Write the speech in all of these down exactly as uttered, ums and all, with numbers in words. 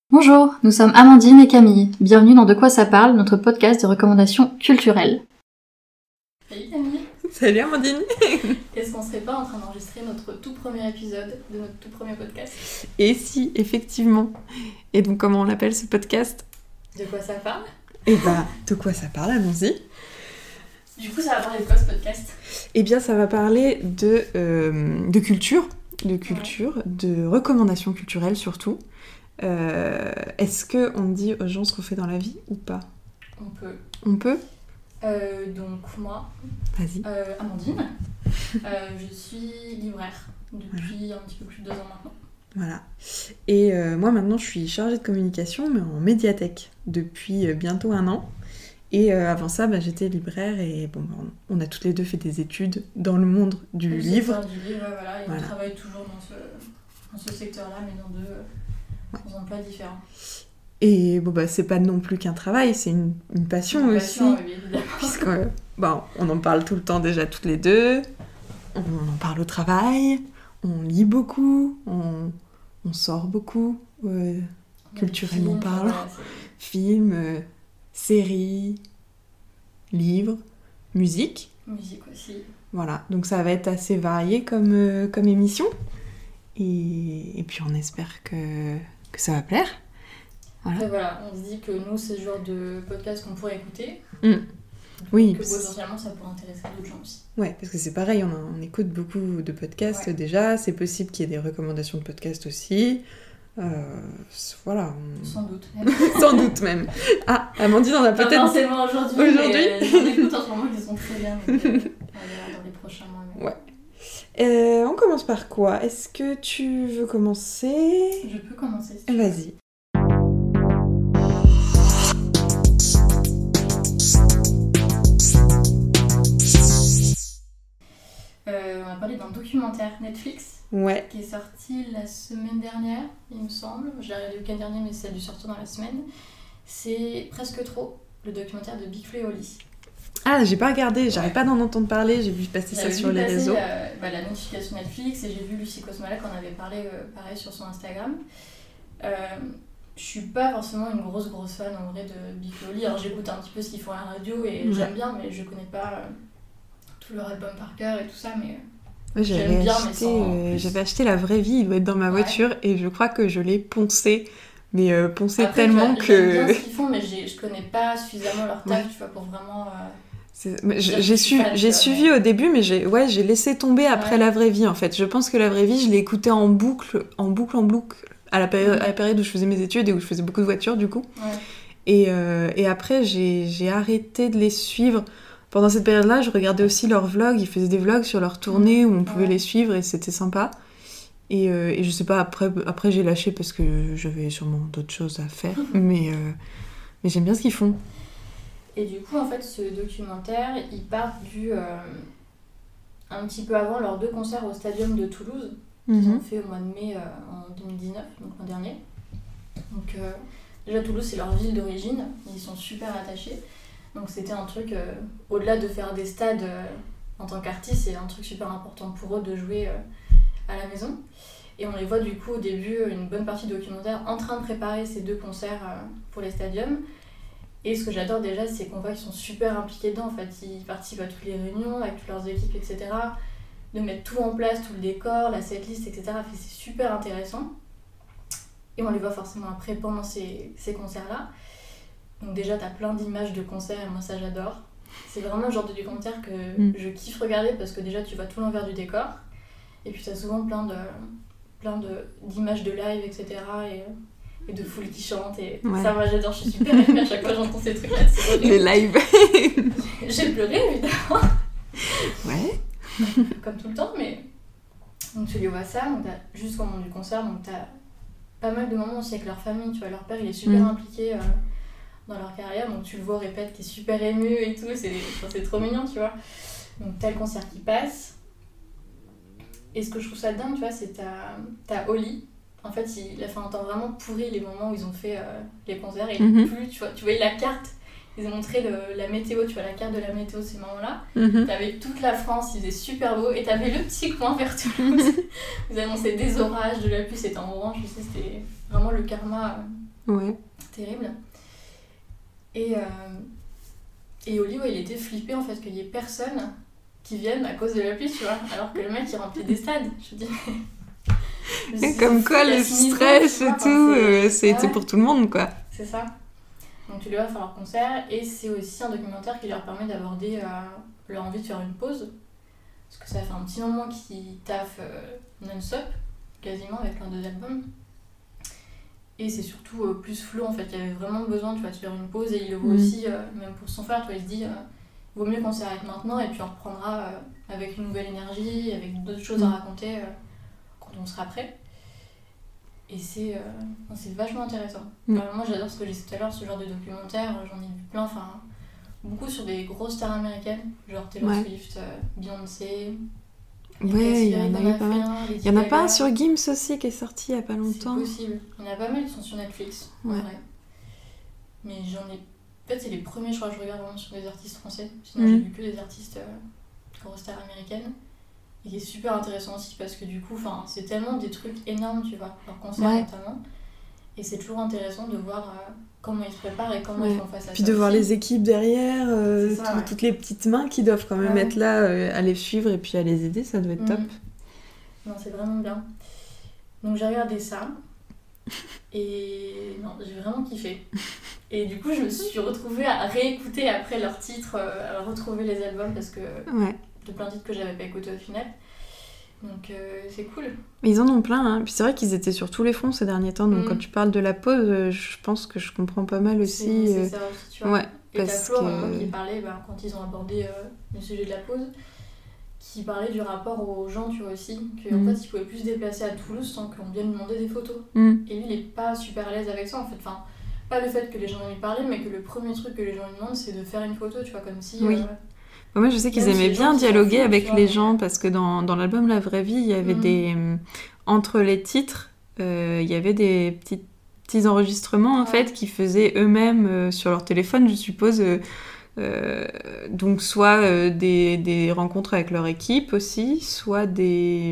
Bonjour, nous sommes Amandine et Camille. Bienvenue dans De quoi ça parle, notre podcast de recommandations culturelles. Salut Camille. Salut Amandine. Est-ce qu'on serait pas en train d'enregistrer notre tout premier épisode de notre tout premier podcast ? Et si, effectivement. Et donc comment on l'appelle ce podcast ? De quoi ça parle ? Eh bah, de quoi ça parle, allons-y. Du coup, ça va parler de quoi ce podcast ? Eh bien, ça va parler de, euh, de culture, de culture, ouais. de recommandations culturelles surtout. Euh, est-ce qu'on dit aux gens ce qu'on fait dans la vie ou pas ? On peut. On peut ? euh, Donc moi, Vas-y. Euh, Amandine, euh, je suis libraire depuis ouais. un petit peu plus de deux ans maintenant. Voilà. Et euh, moi maintenant je suis chargée de communication mais en médiathèque depuis euh, bientôt un an. Et euh, avant ça bah, j'étais libraire et bon, on a toutes les deux fait des études dans le monde du le livre. Du livre voilà, et voilà. On travaille toujours dans ce, dans ce secteur-là mais dans deux, ouais. dans emplois différents. Et bon bah c'est pas non plus qu'un travail, c'est une, une passion une aussi. Passion, oui, évidemment. Puisque bon, on en parle tout le temps déjà toutes les deux. On en parle au travail. On lit beaucoup, on, on sort beaucoup, euh, culturellement films, parlant. Voilà, films, euh, séries, livres, musique. Musique aussi. Voilà, donc ça va être assez varié comme, euh, comme émission. Et, et puis on espère que, que ça va plaire. Voilà. Après voilà, on se dit que nous c'est le genre de podcast qu'on pourrait écouter. Mmh. Oui. Que potentiellement ça pourrait intéresser d'autres gens aussi. Ouais, parce que c'est pareil, on, a, on écoute beaucoup de podcasts ouais. déjà, c'est possible qu'il y ait des recommandations de podcasts aussi. Euh, voilà. On... Sans doute. Sans doute même. Ah, Amandine en a peut-être... Pas forcément aujourd'hui, aujourd'hui mais j'en écoute en ce moment qui sont très bien, mais on verra dans les prochains mois. Mais... Ouais. Euh, on commence par quoi ? Est-ce que tu veux commencer ? Je peux commencer si tu veux. Vas-y. Euh, on va parler d'un documentaire Netflix ouais. qui est sorti la semaine dernière, il me semble. Je l'ai regardé le week-end dernier, mais ça a dû sortir dans la semaine. C'est Presque trop, le documentaire de Big Flo et Oli. Ah, j'ai pas regardé, j'arrête ouais. pas d'en entendre parler, j'ai vu passer J'avais ça sur les passer, réseaux. Euh, bah, la notification Netflix et j'ai vu Lucie Cosmala qui en avait parlé euh, pareil sur son Instagram. Euh, je suis pas forcément une grosse grosse fan en vrai de Big Flo et Oli. Alors j'écoute un petit peu ce qu'ils font à la radio et ouais. j'aime bien, mais je connais pas euh, tout leur album par cœur et tout ça, mais... Ouais, j'avais, bien, acheté, euh, j'avais acheté La Vraie Vie, il doit être dans ma voiture, ouais. et je crois que je l'ai poncé, mais euh, poncé Après, tellement j'aime, que... J'aime bien ce qu'ils font, mais j'ai, je connais pas suffisamment leur taf, ouais. tu vois, pour vraiment... Euh, C'est... Mais j'ai j'ai, su, fan, j'ai suivi mais... au début, mais j'ai, ouais, j'ai laissé tomber après ouais. La Vraie Vie, en fait. Je pense que La Vraie Vie, je l'ai écouté en boucle, en boucle, en boucle, à la, péri- ouais. à la période où je faisais mes études et où je faisais beaucoup de voitures, du coup. Ouais. Et, euh, et après, j'ai, j'ai arrêté de les suivre... Pendant cette période-là, je regardais aussi leurs vlogs. Ils faisaient des vlogs sur leur tournée où on pouvait ouais. les suivre et c'était sympa. Et, euh, et je sais pas, après, après j'ai lâché parce que j'avais sûrement d'autres choses à faire. mais, euh, mais j'aime bien ce qu'ils font. Et du coup, en fait, ce documentaire, il part du... Euh, un petit peu avant leurs deux concerts au Stadium de Toulouse. Qu'ils mm-hmm. ont fait au mois de mai euh, en deux mille dix-neuf, donc l'an dernier. Donc euh, déjà, Toulouse, c'est leur ville d'origine. Ils sont super attachés. Donc c'était un truc, euh, au-delà de faire des stades euh, en tant qu'artiste, c'est un truc super important pour eux de jouer euh, à la maison. Et on les voit du coup au début, une bonne partie du documentaire, en train de préparer ces deux concerts euh, pour les stadiums. Et ce que j'adore déjà, c'est qu'on voit qu'ils sont super impliqués dedans. En fait, ils participent à toutes les réunions avec toutes leurs équipes, et cetera. De mettre tout en place, tout le décor, la setlist, et cetera. C'est super intéressant. Et on les voit forcément après pendant ces, ces concerts-là. Donc déjà, t'as plein d'images de concerts et moi ça j'adore. C'est vraiment le genre de documentaire que mm. je kiffe regarder parce que déjà tu vois tout l'envers du décor et puis t'as souvent plein, de, plein de, d'images de live, et cetera. Et, et de foules qui chantent et ouais. ça moi j'adore, je suis super émue à chaque fois que j'entends ces trucs là. Les lives. J'ai pleuré évidemment. Ouais. Comme tout le temps, mais... Donc tu les vois ça, donc t'as jusqu'au moment du concert, donc t'as pas mal de moments aussi avec leur famille, tu vois, leur père il est super mm. impliqué... Euh, dans leur carrière, donc tu le vois répète qui est super ému et tout, c'est, c'est trop mignon, tu vois. Donc t'as le concert qui passe, et ce que je trouve ça dingue, tu vois, c'est t'as, t'as Oli, en fait il a fait un temps vraiment pourri les moments où ils ont fait euh, les concerts, et mm-hmm. plus, tu vois, tu voyais la carte, ils ont montré le, la météo, tu vois, la carte de la météo ces moments-là. Mm-hmm. T'avais toute la France, il faisait super beau, et t'avais le petit coin vers Toulouse. Ils annonçaient des orages, de la pluie, c'était en orange, je sais, c'était vraiment le karma euh, ouais. terrible. Et, euh, et Oli, ouais, il était flippé en fait qu'il y ait personne qui vienne à cause de la pluie, tu vois, alors que le mec il remplit des stades. Je me dis, mais comme quoi le stress et tout, euh, c'est ouais. pour tout le monde quoi. C'est ça. Donc tu les vois faire leur concert, et c'est aussi un documentaire qui leur permet d'aborder euh, leur envie de faire une pause, parce que ça fait un petit moment qu'ils taffent euh, non-stop, quasiment, avec leurs deux albums. Et c'est surtout euh, plus flow en fait, il y avait vraiment besoin tu vois, de faire une pause, et il le voit mmh. aussi, euh, même pour son frère, tu vois, il se dit, euh, vaut mieux qu'on s'arrête maintenant, et puis on reprendra euh, avec une nouvelle énergie, avec d'autres choses mmh. à raconter euh, quand on sera prêt. Et c'est, euh, c'est vachement intéressant. Mmh. Enfin, moi j'adore ce que j'ai dit tout à l'heure, ce genre de documentaire, j'en ai vu plein, enfin, beaucoup sur des grosses stars américaines, genre Taylor ouais. Swift, euh, Beyoncé. Ouais, il y en a eu pas mal. Il y en a pas un sur Gims aussi qui est sorti il y a pas longtemps. C'est possible. Il y en a pas mal, ils sont sur Netflix. Ouais. Ouais. Mais j'en ai. En fait, c'est les premiers, je crois, que je regarde vraiment sur des artistes français. Sinon, mmh. j'ai vu que des artistes euh, grosses stars américaines. Et qui est super intéressant aussi parce que du coup, c'est tellement des trucs énormes, tu vois, leurs concerts ouais. notamment. Et c'est toujours intéressant de voir euh, comment ils se préparent et comment ouais. ils font face à ça. Puis de voir les équipes derrière, euh, ça, ouais. toutes les petites mains qui doivent quand même ouais. être là euh, à les suivre et puis à les aider, ça doit être mmh. top. Non, c'est vraiment bien. Donc j'ai regardé ça et non, j'ai vraiment kiffé. Et du coup, je me suis retrouvée à réécouter après leurs titres, euh, à retrouver les albums parce que ouais. de plein de titres que j'avais pas écoutés au final. Donc euh, c'est cool. Mais ils en ont plein, hein. Puis c'est vrai qu'ils étaient sur tous les fronts ces derniers temps. Donc mmh. quand tu parles de la pause, je pense que je comprends pas mal aussi. C'est, c'est ça aussi, tu vois. Ouais, et t'as Flo, que... à un moment, qui parlait, bah, quand ils ont abordé euh, le sujet de la pause, qui parlait du rapport aux gens, tu vois aussi, qu'en mmh. fait, ils pouvaient plus se déplacer à Toulouse sans qu'on vienne lui demander des photos. Mmh. Et lui, il est pas super à l'aise avec ça, en fait. Enfin, pas le fait que les gens lui parlent, mais que le premier truc que les gens lui demandent, c'est de faire une photo, tu vois, comme si... Oui. Euh, Moi, je sais qu'ils aimaient bien dialoguer avec les gens parce que dans, dans l'album La Vraie Vie, il y avait mmh. des... Entre les titres, euh, il y avait des petits, petits enregistrements, en ouais. fait, qu'ils faisaient eux-mêmes euh, sur leur téléphone, je suppose. Euh, euh, donc, soit euh, des, des rencontres avec leur équipe aussi, soit des...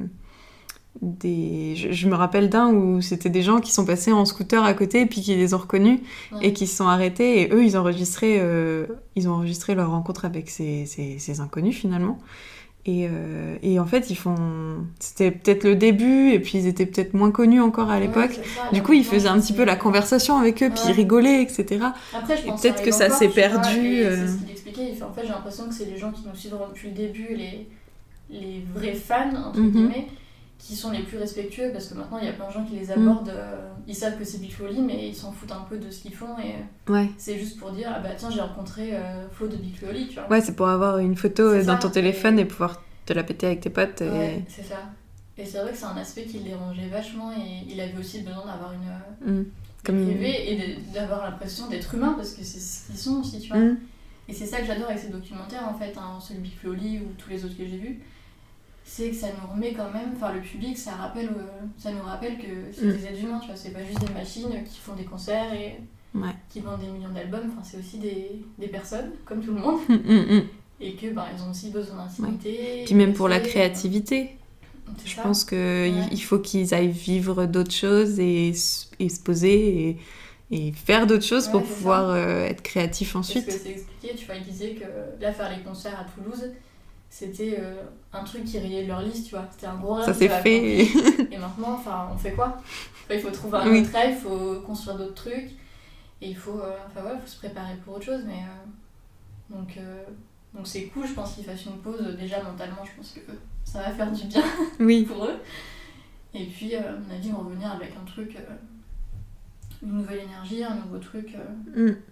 Des... Je, je me rappelle d'un où c'était des gens qui sont passés en scooter à côté et puis qui les ont reconnus ouais. et qui se sont arrêtés et eux ils enregistraient, euh, ils ont enregistré leur rencontre avec ces, ces, ces inconnus finalement et, euh, et en fait ils font c'était peut-être le début et puis ils étaient peut-être moins connus encore à l'époque ouais, ça, du coup ils faisaient un petit peu la conversation avec eux ouais. puis ils rigolaient etc. Après, je pense et peut-être que ça encore, s'est perdu vois, euh... c'est ce qu'il expliquait, il fait, en fait j'ai l'impression que c'est les gens qui nous suivent depuis le début, les, les vrais fans entre mm-hmm. guillemets qui sont les plus respectueux parce que maintenant il y a plein de gens qui les abordent, mmh. euh, ils savent que c'est Big Flo Oli mais ils s'en foutent un peu de ce qu'ils font et ouais. c'est juste pour dire ah bah tiens j'ai rencontré euh, Flo de Big Flo Oli, tu vois. Ouais, c'est pour avoir une photo c'est dans ça, ton téléphone et... et pouvoir te la péter avec tes potes. Et... Ouais, c'est ça. Et c'est vrai que c'est un aspect qui le dérangeait vachement et il avait aussi besoin d'avoir une mmh. Comme privée et de, d'avoir l'impression d'être humain parce que c'est ce qu'ils sont aussi, tu vois. Mmh. Et c'est ça que j'adore avec ces documentaires en fait, hein, celui de Big Flo Oli ou tous les autres que j'ai vus. C'est que ça nous remet quand même, enfin le public, ça, rappelle, euh, ça nous rappelle que c'est mmh. des êtres humains, tu vois, c'est pas juste des machines qui font des concerts et ouais. qui vendent des millions d'albums, enfin c'est aussi des, des personnes, comme tout le monde, mmh, mmh. et que bah, ils ont aussi besoin d'intimité. Ouais. Puis même pour la créativité, c'est je ça. pense qu'il ouais. faut qu'ils aillent vivre d'autres choses et, et se poser et, et faire d'autres choses ouais, pour pouvoir euh, être créatifs ensuite. Parce que c'est expliqué, tu vois, ils disaient que là, faire les concerts à Toulouse, c'était euh, un truc qui riait de leur liste, tu vois. C'était un gros rêve. Ça s'est fait. Et maintenant, enfin, on fait quoi? Enfin, il faut trouver un oui. autre rêve, il faut construire d'autres trucs. Et il faut, euh, enfin, ouais, faut se préparer pour autre chose. Mais, euh, donc, euh, donc c'est cool, je pense qu'ils fassent une pause. Déjà, mentalement, je pense que ça va faire du bien oui. pour eux. Et puis, euh, on a dit revenir avec un truc, euh, une nouvelle énergie, un nouveau truc. Euh... Mm.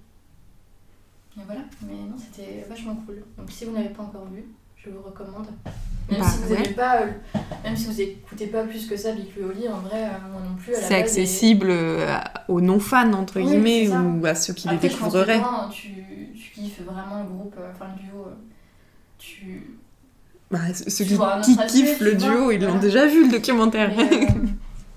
Et voilà. Mais non, c'était vachement cool. Donc, si vous n'avez pas encore vu, je vous recommande. Même bah, si vous ouais. aimez pas, euh, même si vous écoutez pas plus que ça Big Flo Oli, en vrai, euh, moi non plus. À la c'est base, accessible et... aux non-fans entre oui, guillemets ou à ceux qui Après, les découvriraient. Je pense que tu, tu kiffes vraiment le groupe, enfin euh, le duo. Euh, tu. Bah, ceux qui, qui kiffent le duo, vois, ils voilà. l'ont déjà vu le documentaire. Mais, euh,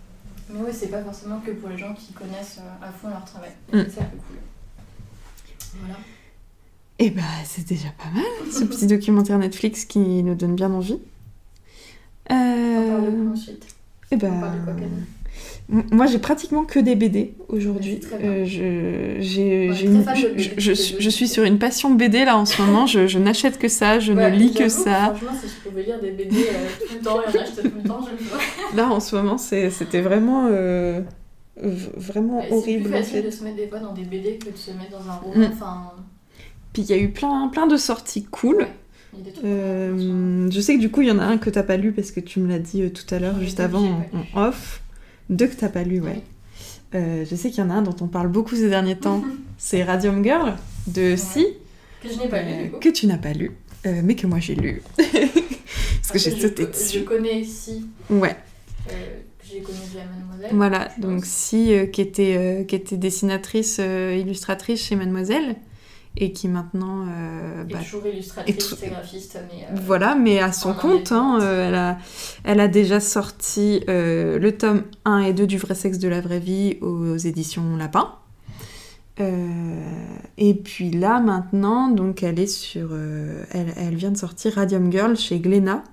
mais ouais, c'est pas forcément que pour les gens qui connaissent euh, à fond leur travail. Mm. C'est ça qui est cool. Voilà. Et bah, c'est déjà pas mal, ce petit documentaire Netflix qui nous donne bien envie. Euh... On parle de quoi ensuite? Et bah... On parle de quoi, Camille? Moi, j'ai pratiquement que des B D aujourd'hui. Euh, je, j'ai, ouais, j'ai une, je, je, je, je suis sur une passion B D là en ce moment. Je, je n'achète que ça, je ouais, ne lis que ça. Franchement, si je pouvais lire des B D euh, tout le temps et en acheter tout le temps, je le ferais. Là, en ce moment, c'est, c'était vraiment, euh, vraiment ouais, horrible. C'est plus facile en fait. de se mettre des fois dans des B D que de se mettre dans un roman. Mm. Enfin. Puis il y a eu plein, plein de sorties cool. Ouais. Euh, je sais que du coup, il y en a un que t'as pas lu parce que tu me l'as dit euh, tout à l'heure, juste avant en, en off. Deux que t'as pas lu, ouais. Oui. Euh, je sais qu'il y en a un dont on parle beaucoup ces derniers temps. C'est Radium Girl de ouais. Si. Que je n'ai pas lu, du coup. Que tu n'as pas lu, euh, mais que moi j'ai lu. Parce que j'ai sauté dessus. Je connais Si. Ouais. Euh, j'ai connu via Mademoiselle. Voilà, donc Si, euh, qui, était, euh, qui était dessinatrice, euh, illustratrice chez Mademoiselle. Et qui maintenant... Euh, est bah, toujours illustratrice, tout... et graphiste, mais... Euh, voilà, mais à son compte, hein, euh, elle, a, elle a déjà sorti euh, le tome un et deux du Vrai sexe de la vraie vie aux éditions Lapin. Euh, et puis là, maintenant, donc elle est sur... Euh, elle, elle vient de sortir Radium Girl chez Glénat.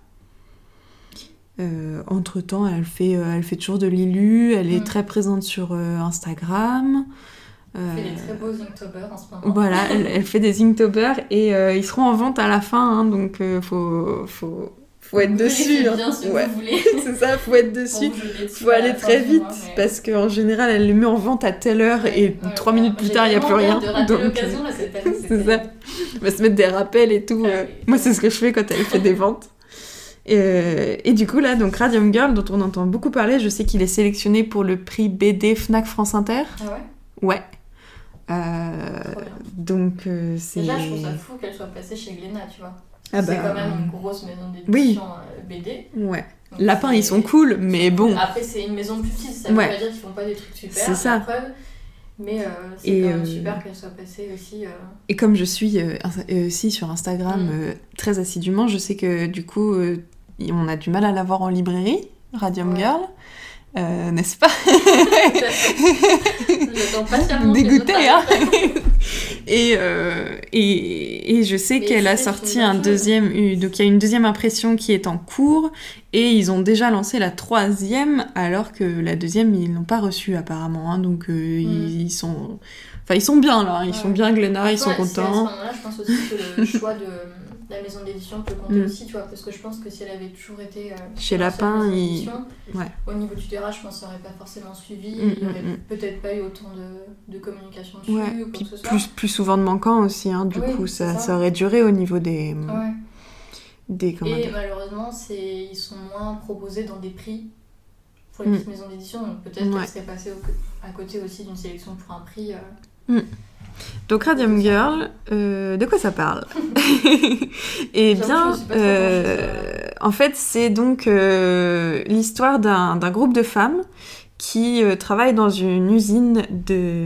Euh, entre-temps, elle fait, euh, elle fait toujours de l'illu, elle est mmh. très présente sur euh, Instagram... Elle fait des très beaux Inktober en ce moment. Voilà, elle, elle fait des Inktober et euh, ils seront en vente à la fin, hein, donc euh, faut, faut, faut être vous dessus. Hein. Bien, si ouais. vous voulez. C'est ça, faut être dessus. Faut aller très vite mois, mais... parce qu'en général, elle les met en vente à telle heure ouais, et ouais, trois ouais, minutes ouais. plus tard, il n'y a plus rien. De rater donc, l'occasion, là, cette année, c'est ça. On va se mettre des rappels et tout. Ah, euh. oui. Moi, c'est ce que je fais quand elle fait des ventes. Et, euh, et du coup, là, donc Radium Girl, dont on entend beaucoup parler, je sais qu'il est sélectionné pour le prix B D Fnac France Inter. Ah ouais? Ouais. Euh, donc euh, c'est... Déjà je trouve ça fou qu'elle soit passée chez Glénat, tu vois. Ah c'est bah, quand même une grosse maison d'édition oui. B D. Ouais. Donc Lapin ils sont cool, mais bon. Après c'est une maison plus petite, ça veut ouais. pas dire qu'ils font pas des trucs super. C'est ça. Preuve. Mais euh, c'est et quand même euh... super qu'elle soit passée aussi. Euh... Et comme je suis euh, aussi sur Instagram mm. euh, très assidûment, je sais que du coup euh, on a du mal à l'avoir en librairie, Radium ouais. Girl. Euh, n'est-ce pas? J'attends patiemment. Dégoûtée, hein. et, euh, et, et je sais mais qu'elle a sorti un deuxième... Donc il y a une deuxième impression qui est en cours et ils ont déjà lancé la troisième alors que la deuxième, ils l'ont pas reçue apparemment. Hein, donc euh, mm. ils, ils sont... Enfin, ils sont bien là, ils ouais. sont bien Glénat, ils sont contents. À ce moment-là, je pense aussi que le choix de... la maison d'édition peut compter mmh. aussi, tu vois, parce que je pense que si elle avait toujours été euh, chez Lapin, il... ouais. au niveau du tirage, je pense que ça n'aurait pas forcément suivi, mmh, il n'y aurait mmh. peut-être pas eu autant de, de communication dessus ouais. ou quoi Puis que ce soit. Plus, plus souvent de manquants aussi, hein, du oui, coup, ça, ça. ça aurait duré au niveau des... Ouais. des Et dire. Malheureusement, c'est... ils sont moins proposés dans des prix pour les mmh. petites maisons d'édition, donc peut-être ouais. qu'elle serait passée au... à côté aussi d'une sélection pour un prix... Euh... Mmh. Donc Radium Girl, euh, de quoi ça parle? Eh bien, euh, en fait, c'est donc euh, l'histoire d'un, d'un groupe de femmes qui euh, travaillent dans une usine de...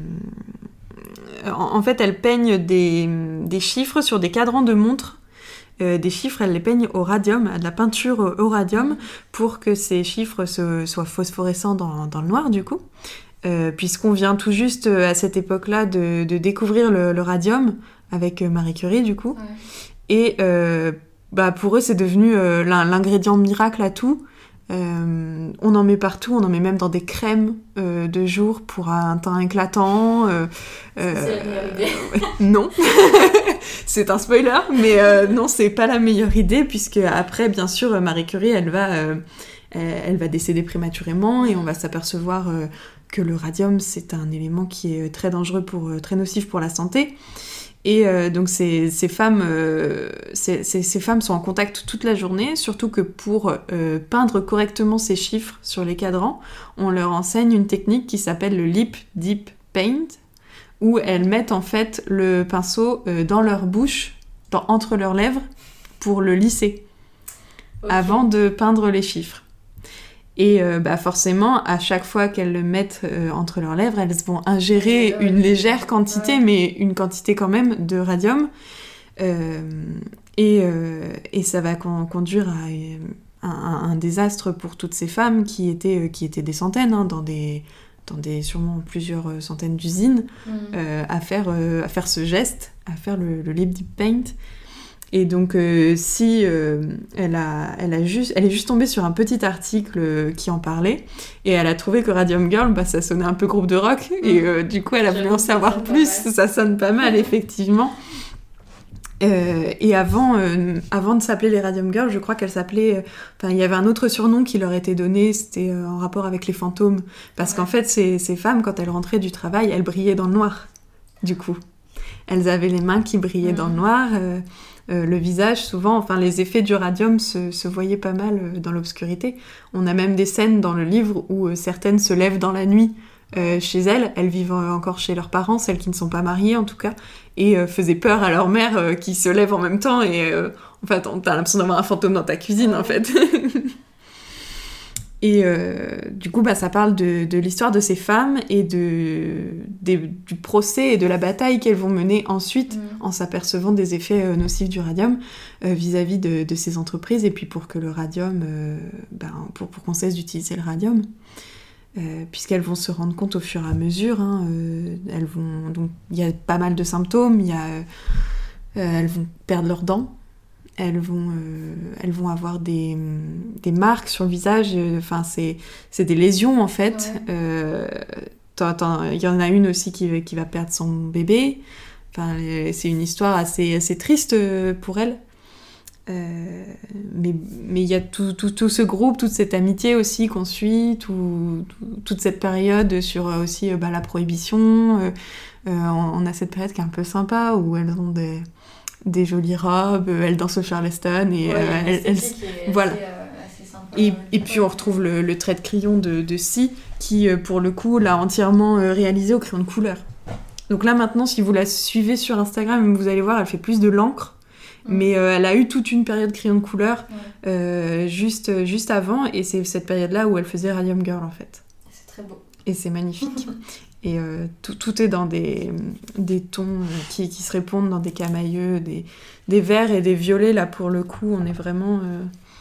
En, en fait, elles peignent des, des chiffres sur des cadrans de montres. Euh, des chiffres, elles les peignent au radium, à de la peinture au, au radium, pour que ces chiffres se, soient phosphorescents dans, dans le noir, du coup. Euh, puisqu'on vient tout juste euh, à cette époque-là de, de découvrir le, le radium avec euh, Marie Curie du coup ouais. et euh, bah, pour eux c'est devenu euh, l'ingrédient miracle à tout. Euh, on en met partout, on en met même dans des crèmes euh, de jour pour un teint éclatant. Euh, euh, c'est la meilleure idée. Non, c'est un spoiler, mais euh, non, c'est pas la meilleure idée puisque après, bien sûr, Marie Curie, elle va, euh, elle va décéder prématurément et on va s'apercevoir euh, que le radium, c'est un élément qui est très dangereux, pour, très nocif pour la santé. Et euh, donc ces, ces, femmes, euh, ces, ces, ces femmes sont en contact toute la journée, surtout que pour euh, peindre correctement ces chiffres sur les cadrans, on leur enseigne une technique qui s'appelle le Lip Deep Paint, où elles mettent en fait le pinceau euh, dans leur bouche, dans, entre leurs lèvres, pour le lisser, okay. avant de peindre les chiffres. Et euh, bah forcément, à chaque fois qu'elles le mettent euh, entre leurs lèvres, elles vont ingérer ouais, une légère quantité, ouais. mais une quantité quand même de radium. Euh, et, euh, et ça va con- conduire à un, un désastre pour toutes ces femmes qui étaient, euh, qui étaient des centaines hein, dans, des, dans des, sûrement plusieurs centaines d'usines, mmh. euh, à, faire, euh, à faire ce geste, à faire le, le lip deep paint. Et donc, euh, si euh, elle, a, elle, a juste, elle est juste tombée sur un petit article qui en parlait, et elle a trouvé que Radium Girl, bah, ça sonnait un peu groupe de rock, mmh. et euh, du coup, elle a voulu en savoir plus. Ça sonne pas mal, effectivement. Euh, et avant, euh, avant de s'appeler les Radium Girls, je crois qu'elle s'appelait... Enfin, euh, il y avait un autre surnom qui leur était donné, c'était euh, en rapport avec les fantômes. Parce ouais. qu'en fait, ces, ces femmes, quand elles rentraient du travail, elles brillaient dans le noir, du coup. Elles avaient les mains qui brillaient mmh. dans le noir, euh, euh, le visage, souvent... Enfin, les effets du radium se, se voyaient pas mal euh, dans l'obscurité. On a même des scènes dans le livre où euh, certaines se lèvent dans la nuit, Euh, chez elles, elles vivent encore chez leurs parents, celles qui ne sont pas mariées en tout cas, et euh, faisaient peur à leur mère euh, qui se lève en même temps, et euh, en fait, t'as l'impression d'avoir un fantôme dans ta cuisine en fait. Et euh, du coup, bah, ça parle de, de l'histoire de ces femmes et de, des, du procès et de la bataille qu'elles vont mener ensuite mmh. en s'apercevant des effets euh, nocifs du radium euh, vis-à-vis de, de ces entreprises, et puis pour que le radium, euh, bah, pour, pour qu'on cesse d'utiliser le radium. Euh, puisqu'elles vont se rendre compte au fur et à mesure, hein, euh, elles vont donc il y a pas mal de symptômes, il y a euh, elles vont perdre leurs dents, elles vont euh, elles vont avoir des des marques sur le visage, enfin euh, c'est c'est des lésions en fait. Ouais. Euh, il y en a une aussi qui qui va perdre son bébé. Enfin c'est une histoire assez assez triste pour elle. Euh, mais mais il y a tout, tout, tout ce groupe, toute cette amitié aussi qu'on suit, tout, tout, toute cette période sur euh, aussi euh, bah, la prohibition. Euh, euh, on, on a cette période qui est un peu sympa où elles ont des, des jolies robes, elles dansent au Charleston et ouais, euh, elles, elles, voilà. Assez, euh, assez sympa, et, et puis on retrouve le, le trait de crayon de, de Si qui euh, pour le coup l'a entièrement euh, réalisé au crayon de couleur. Donc là maintenant si vous la suivez sur Instagram, vous allez voir elle fait plus de l'encre. Mais euh, elle a eu toute une période crayon de couleur ouais. euh, juste, juste avant, et c'est cette période-là où elle faisait Radium Girl en fait. C'est très beau. Et c'est magnifique. Et euh, tout, tout est dans des, des tons qui, qui se répondent, dans des camailleux, des, des verts et des violets. Là pour le coup, on est vraiment euh,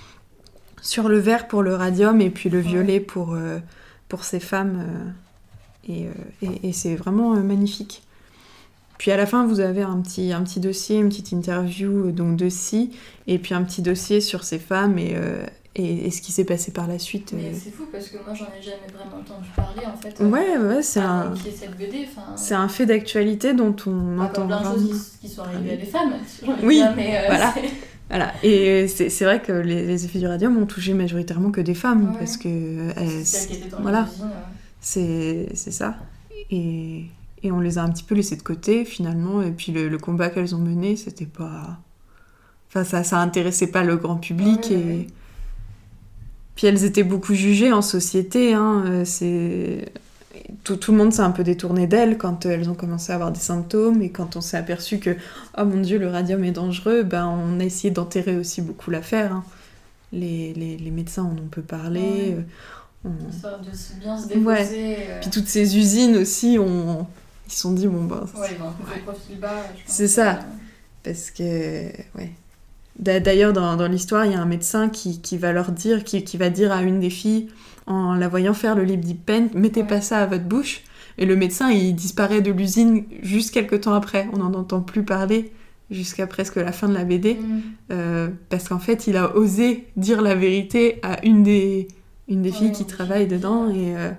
sur le vert pour le radium et puis le violet ouais. pour, euh, pour ces femmes. Euh, et, euh, et, et c'est vraiment euh, magnifique. Puis à la fin, vous avez un petit, un petit dossier, une petite interview donc de Si, et puis un petit dossier sur ces femmes et, euh, et, et ce qui s'est passé par la suite. Mais euh... c'est fou parce que moi, j'en ai jamais vraiment entendu parler en fait. Ouais, ouais, c'est un, cette B D, c'est un fait d'actualité dont on pas entend plein de choses qui, qui sont arrivées à des femmes. Oui, dire, mais, euh, voilà. C'est... Voilà. Et c'est, c'est vrai que les, les effets du radium ont touché majoritairement que des femmes, ouais. parce que... Euh, c'est celles qui étaient dans voilà. les usines. Ouais. C'est, c'est ça. Et... Et on les a un petit peu laissées de côté, finalement. Et puis le, le combat qu'elles ont mené, c'était pas... Enfin, ça, ça intéressait pas le grand public. Ouais, et... ouais. Puis elles étaient beaucoup jugées en société. Hein. C'est... Tout, tout le monde s'est un peu détourné d'elles quand elles ont commencé à avoir des symptômes. Et quand on s'est aperçu que, oh mon Dieu, le radium est dangereux, ben, on a essayé d'enterrer aussi beaucoup l'affaire. Hein. Les, les, les médecins en ont peu parlé. Ouais. On... Histoire de bien se défausser. Ouais. Euh... Puis toutes ces usines aussi ont... Ils se sont dit, bon, bah... Ouais, ils vont un peu ouais. profil bas. Je pense c'est ça. Que... Parce que, ouais. D'ailleurs, dans, dans l'histoire, il y a un médecin qui, qui va leur dire, qui, qui va dire à une des filles, en la voyant faire le lip deep paint, mettez ouais. pas ça à votre bouche. Et le médecin, il disparaît de l'usine juste quelques temps après. On n'en entend plus parler jusqu'à presque la fin de la B D. Mm. Euh, parce qu'en fait, il a osé dire la vérité à une des, une des ouais, filles qui travaille dedans. Et... Euh,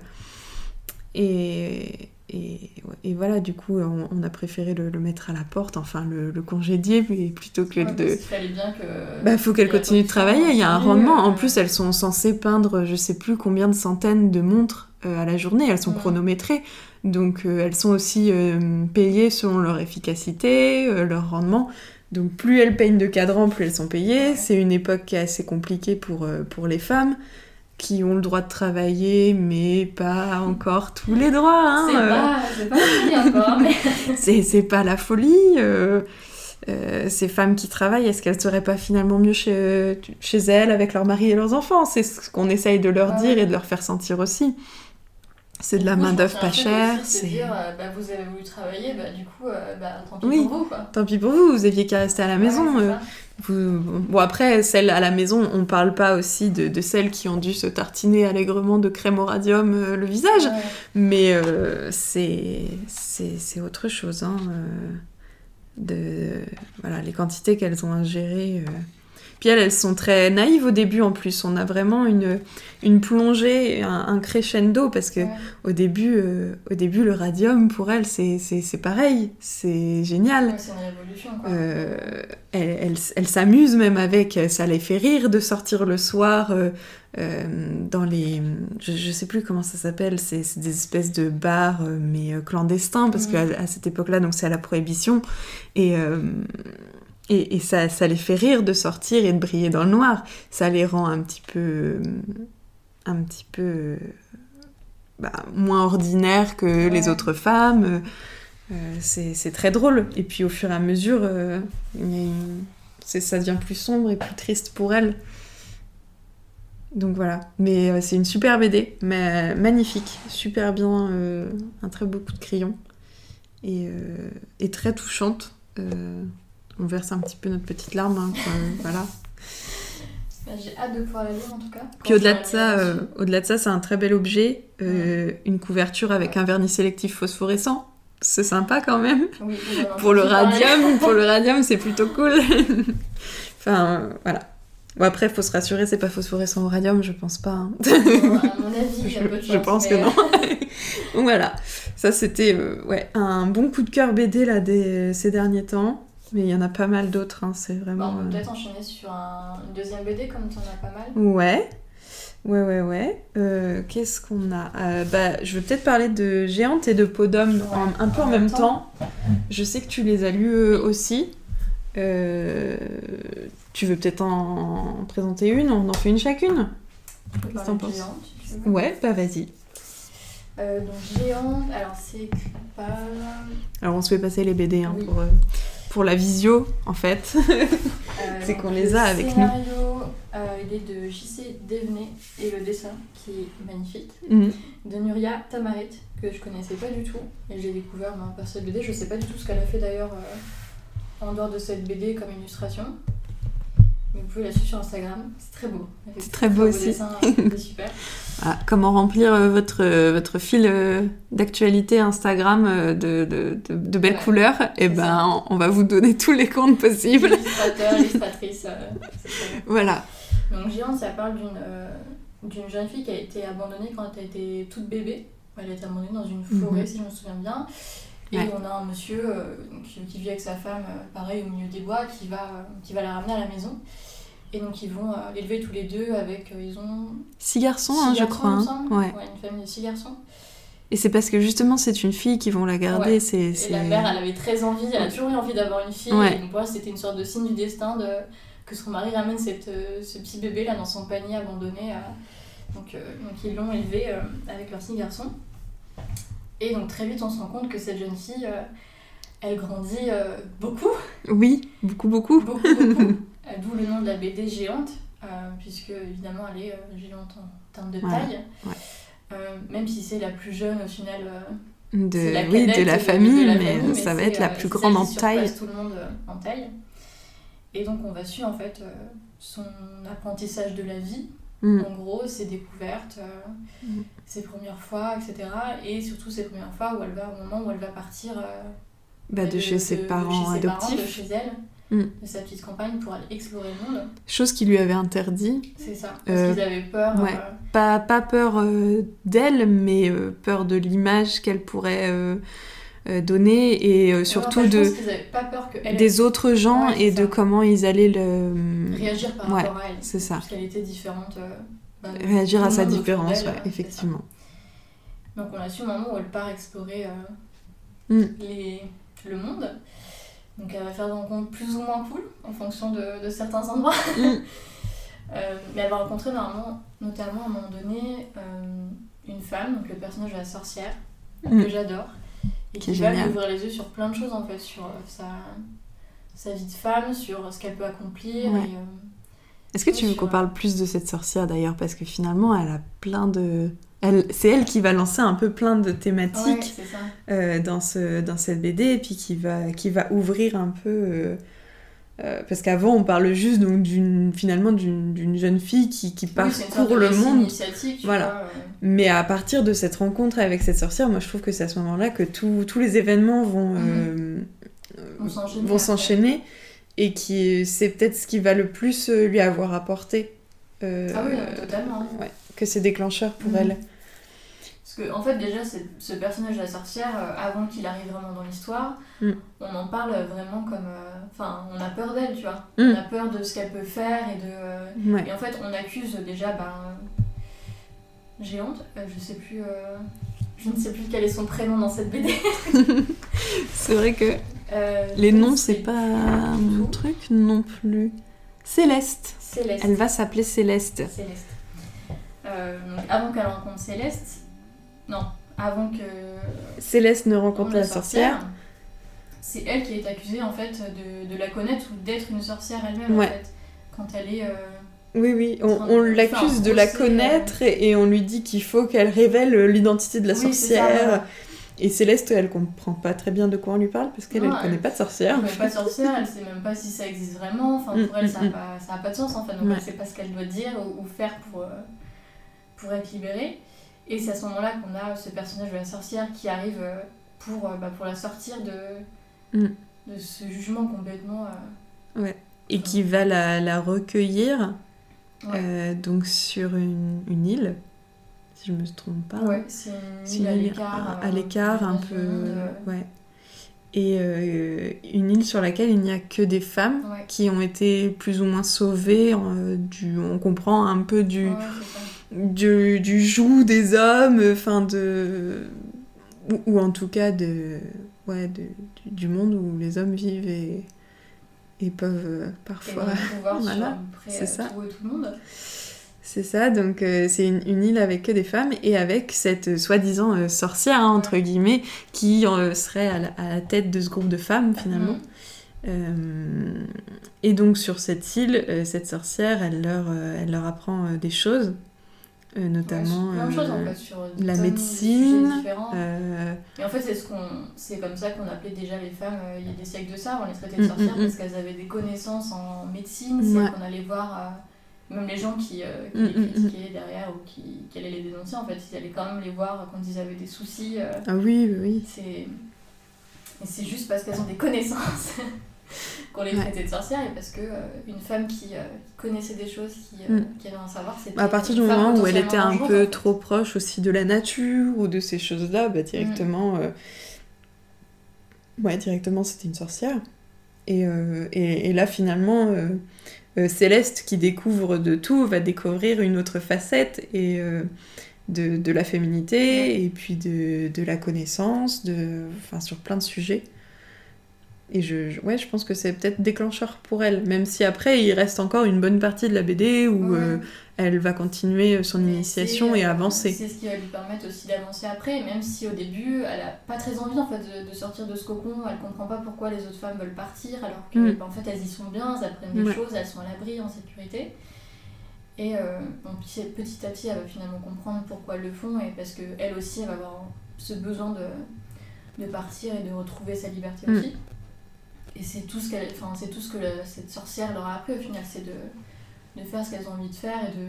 et Et, et voilà, du coup, on, on a préféré le, le mettre à la porte, enfin le, le congédier, mais plutôt que ouais, de... Il fallait bien que... Bah, faut qu'elle continue de travailler, il y a un rendement. En plus, elles sont censées peindre, je sais plus combien de centaines de montres euh, à la journée, elles sont mmh. chronométrées, donc euh, elles sont aussi euh, payées selon leur efficacité, euh, leur rendement. Donc plus elles peignent de cadrans, plus elles sont payées. Ouais. C'est une époque qui est assez compliquée pour, euh, pour les femmes, qui ont le droit de travailler, mais pas encore tous les droits. Hein, c'est, euh... pas, c'est pas la folie encore. Mais... c'est, c'est pas la folie. Euh, euh, ces femmes qui travaillent, est-ce qu'elles seraient pas finalement mieux chez, chez elles, avec leur mari et leurs enfants ? C'est ce qu'on essaye de leur ah, dire ouais. et de leur faire sentir aussi. C'est de la main-d'œuvre pas chère. C'est c'est dire, euh, bah, vous avez voulu travailler, bah, du coup, euh, bah, tant pis oui. pour vous, quoi. Tant pis pour vous, vous aviez qu'à rester à la maison. Ouais, euh, vous... Bon, après, celles à la maison, on parle pas aussi de, de celles qui ont dû se tartiner allègrement de crème au radium euh, le visage, ouais. mais euh, c'est... c'est c'est autre chose. Hein, euh, de... Voilà, les quantités qu'elles ont ingérées. Euh... Puis elles, elles sont très naïves au début en plus. On a vraiment une, une plongée, un, un crescendo, parce que Ouais. au, début, euh, au début, le radium, pour elles, c'est, c'est, c'est pareil. C'est génial. Ouais, c'est une révolution, quoi. Euh, elles, elles, elles s'amusent même avec. Ça les fait rire de sortir le soir euh, euh, dans les... Je, je sais plus comment ça s'appelle. C'est, c'est des espèces de bars, euh, mais euh, clandestins, parce Mhm. qu'à à cette époque-là, donc c'est à la Prohibition. Et... Euh, Et, et ça, ça les fait rire de sortir et de briller dans le noir. Ça les rend un petit peu... un petit peu... bah, moins ordinaires que Ouais. les autres femmes. Euh, c'est, c'est très drôle. Et puis au fur et à mesure, euh, il y a une- c'est, ça devient plus sombre et plus triste pour elles. Donc voilà. Mais euh, c'est une super B D, mais magnifique. Super bien, euh, un très beau coup de crayon. Et, euh, et très touchante. Euh, on verse un petit peu notre petite larme, hein, quoi, voilà. Bah, j'ai hâte de pouvoir la lire, en tout cas. Puis au-delà de ça, euh, au-delà de ça, c'est un très bel objet, euh, une couverture avec un vernis sélectif phosphorescent. C'est sympa quand même. Oui, oui, on en Pour le entend parler. radium, pour le radium, c'est plutôt cool. Enfin, euh, voilà. Bon, après, faut se rassurer, c'est pas phosphorescent au radium, je pense pas. Hein. Bon, à mon avis, il y a peu de Je chance, pense mais, que euh, non. Donc voilà, ça c'était euh, ouais, un bon coup de cœur B D là, des, ces derniers temps. Mais il y en a pas mal d'autres, hein, c'est Bah, vraiment... on peut euh, peut-être enchaîner sur un... une deuxième B D, comme t'en as pas mal. Ouais, ouais, ouais, ouais. Euh, qu'est-ce qu'on a Euh, bah, je vais peut-être parler de Géante et de Peau d'homme Ouais, en- un peu en, en même même temps. Je sais que tu les as lus euh, aussi. Euh, tu veux peut-être en, en présenter une On en fait une chacune On peut Qu'est-ce que parler t'en de penses Géante, si tu veux. Ouais, bah vas-y. Euh, donc Géante, alors c'est écrit par... Alors on se fait passer les B D hein, Oui. pour, euh, pour la visio, en fait. Euh, C'est donc qu'on les le a avec nous. scénario, euh, il est de J C Devenay et le dessin, qui est magnifique, Mhm. de Nuria Tamarit, que je connaissais pas du tout. Et j'ai découvert moi, par cette B D. Je sais pas du tout ce qu'elle a fait d'ailleurs euh, en dehors de cette B D comme illustration. Mais vous pouvez la suivre sur Instagram, c'est très beau. Elle fait C'est très beau aussi. dessins, c'est super. Ah, comment remplir euh, votre, euh, votre fil euh, d'actualité Instagram euh, de, de, de, de belles Ouais, couleurs, et c'est ben ça. on, on va vous donner tous les comptes possibles. Illustrateur, illustratrice, euh, c'est très beau. Voilà. Donc Géante, ça parle d'une euh, d'une jeune fille qui a été abandonnée quand elle était toute bébé. Elle a été abandonnée dans une forêt, Mhm. si je me souviens bien. Et Ouais. on a un monsieur euh, qui, qui vit avec sa femme, euh, pareil, au milieu des bois, qui va, euh, qui va la ramener à la maison. Et donc ils vont euh, l'élever tous les deux avec, euh, ils ont... Six garçons, six hein, je garçons, crois. il me hein. semble. Ouais. Ouais, une famille de six garçons. Et c'est parce que justement c'est une fille qui vont la garder. Ouais. C'est, Et c'est... la mère, elle avait très envie, elle a toujours eu envie d'avoir une fille. Ouais. Et donc pour elle, c'était une sorte de signe du destin de, que son mari ramène cette, euh, ce petit bébé là dans son panier abandonné. euh. donc, euh, donc ils l'ont élevé euh, avec leurs six garçons. Et donc très vite, on se rend compte que cette jeune fille, euh, elle grandit euh, beaucoup, Oui, beaucoup, beaucoup. beaucoup, beaucoup. Euh, D'où le nom de la B D Géante, euh, puisque évidemment elle est euh, géante en termes de Ouais, taille. ouais. Euh, même si c'est la plus jeune au final. euh, De, c'est la oui, de cadette la de- famille, de la mais, famille, ça va c'est, être la euh, plus c'est grande celle en qui taille. surpasse tout le monde euh, en taille. Et donc on va suivre en fait euh, son apprentissage de la vie, Mm. en gros, ses découvertes, euh, Mm. ses premières fois, et cetera. Et surtout ses premières fois où elle va, au moment où elle va partir euh, Bah, de, chez ses de- de parents chez ses adoptifs. parents, de chez elle, Mm. de sa petite campagne pour aller explorer le monde. Chose qui lui avait interdit. C'est ça, parce Euh, qu'ils avaient peur. ouais. euh, Pas, pas peur euh, d'elle, mais euh, peur de l'image qu'elle pourrait euh, euh, donner et euh, surtout enfin, je de, pense qu'ils avaient pas peur que elle des autres gens Ouais, c'est et de ça. comment ils allaient le... réagir par Ouais, rapport à elle. c'est ça. Parce qu'elle était différente. euh, bah, de réagir tout à le sa monde autour différence, d'elle, ouais, euh, c'est effectivement. ça. Donc on a su au moment où elle part explorer euh, Mm. les... le monde. Donc elle va faire des rencontres plus ou moins cool en fonction de, de certains endroits. Mm. Euh, mais elle va rencontrer normalement, notamment à un moment donné euh, une femme, donc le personnage de la sorcière, Mm. que j'adore. Et Qui qui est va lui génial. ouvrir les yeux sur plein de choses en fait, sur euh, sa, sa vie de femme, sur ce qu'elle peut accomplir. Ouais. Et, euh, Est-ce que tu veux sur- qu'on parle plus de cette sorcière d'ailleurs? Parce que finalement, elle a plein de, elle, c'est elle qui va lancer un peu plein de thématiques ouais, c'est ça. Euh, dans, ce, dans cette B D, et puis qui va, qui va ouvrir un peu... Euh, euh, parce qu'avant, on parle juste donc, d'une, finalement d'une, d'une jeune fille qui, qui parcourt oui, le monde. Voilà. Vois, euh... Mais à partir de cette rencontre avec cette sorcière, moi je trouve que c'est à ce moment-là que tout, tous les événements vont, mmh. euh, vont s'enchaîner, vont s'enchaîner et qui, c'est peut-être ce qui va le plus lui avoir apporté. Euh, ah oui, euh, totalement. Ouais, que c'est déclencheur pour mmh. elle. Parce qu'en en fait, déjà, c'est, ce personnage de la sorcière, euh, avant qu'il arrive vraiment dans l'histoire, mm. on en parle vraiment comme... Enfin, euh, on a peur d'elle, tu vois. Mm. On a peur de ce qu'elle peut faire et de... Euh, ouais. Et en fait, on accuse déjà... Ben, j'ai honte, euh, je sais plus... Euh, je ne sais plus quel est son prénom dans cette B D. C'est vrai que euh, les noms, c'est, c'est pas mon tout. truc non plus. Céleste. Céleste. Elle va s'appeler Céleste. Céleste. Euh, donc avant qu'elle rencontre Céleste... Non, avant que... Céleste ne rencontre la, la sorcière. sorcière. C'est elle qui est accusée, en fait, de, de la connaître ou d'être une sorcière elle-même, ouais. en fait. Quand elle est... Euh, oui, oui, on, on l'accuse de la connaître euh... et on lui dit qu'il faut qu'elle révèle l'identité de la oui, sorcière. Ça, et Céleste, elle comprend pas très bien de quoi on lui parle, parce qu'elle ne connaît pas de sorcière. Elle ne connaît pas de sorcière, elle sait même pas si ça existe vraiment. Enfin, pour mm, elle, mm, ça n'a pas, pas de sens, en fait. Donc, ouais. elle sait pas ce qu'elle doit dire ou, ou faire pour, euh, pour être libérée. Et c'est à ce moment-là qu'on a ce personnage de la sorcière qui arrive pour, bah, pour la sortir de, mm. de ce jugement complètement... Euh... Ouais. Et qui va la, la recueillir ouais. euh, donc sur une, une île, si je me trompe pas. Ouais, c'est une c'est île, une île à l'écart. À, à l'écart, un peu... Euh... Ouais. Et euh, une île sur laquelle il n'y a que des femmes ouais. qui ont été plus ou moins sauvées. Euh, du, on comprend un peu du... Ouais, Du, du joug des hommes, enfin de... Ou, ou en tout cas de, ouais, de, du, du monde où les hommes vivent et, et peuvent euh, parfois... Et pouvoir voilà, sur près, c'est ça. Tout, tout le monde. C'est ça, donc euh, c'est une, une île avec que des femmes et avec cette euh, soi-disant euh, sorcière, hein, entre ouais. guillemets, qui euh, serait à la, à la tête de ce groupe de femmes, finalement. Mmh. Euh, et donc sur cette île, euh, cette sorcière, elle leur, euh, elle leur apprend euh, des choses. Euh, notamment ouais, chose, en fait, sur la médecine. Euh... Et en fait, c'est, ce qu'on... c'est comme ça qu'on appelait déjà les femmes euh, il y a des siècles de ça, on les traitait de sorcières mm, mm, parce qu'elles avaient des connaissances en médecine, c'est ouais. qu'on allait voir, euh, même les gens qui, euh, qui mm, les critiquaient mm, derrière ou qui, qui allaient les dénoncer, en fait, ils allaient quand même les voir quand ils avaient des soucis. Euh, ah oui, oui. C'est... Et c'est juste parce qu'elles ont des connaissances qu'on les traitait ouais. de sorcières et parce que euh, une femme qui euh, connaissait des choses, qui, euh, mm. qui avait un savoir, c'était à partir du moment où elle était un peu en fait. trop proche aussi de la nature ou de ces choses-là, bah directement, mm. euh... ouais, directement c'était une sorcière. Et, euh, et, et là finalement, euh, euh, Céleste qui découvre de tout va découvrir une autre facette et euh, de, de la féminité mm. et puis de, de la connaissance, de, enfin sur plein de sujets. Et je, je, ouais, je pense que c'est peut-être déclencheur pour elle, même si après il reste encore une bonne partie de la B D où ouais. euh, elle va continuer son mais initiation et avancer. C'est ce qui va lui permettre aussi d'avancer après, même si au début elle a pas très envie en fait de, de sortir de ce cocon, elle comprend pas pourquoi les autres femmes veulent partir alors que mm. bah, en fait elles y sont bien, elles apprennent des ouais. choses, elles sont à l'abri, en sécurité. Et euh, bon, petit à petit elle va finalement comprendre pourquoi elles le font et parce que elle aussi elle va avoir ce besoin de, de partir et de retrouver sa liberté mm. aussi. Et c'est tout ce, qu'elle, enfin, c'est tout ce que la, cette sorcière leur a appris au final, c'est de, de faire ce qu'elles ont envie de faire et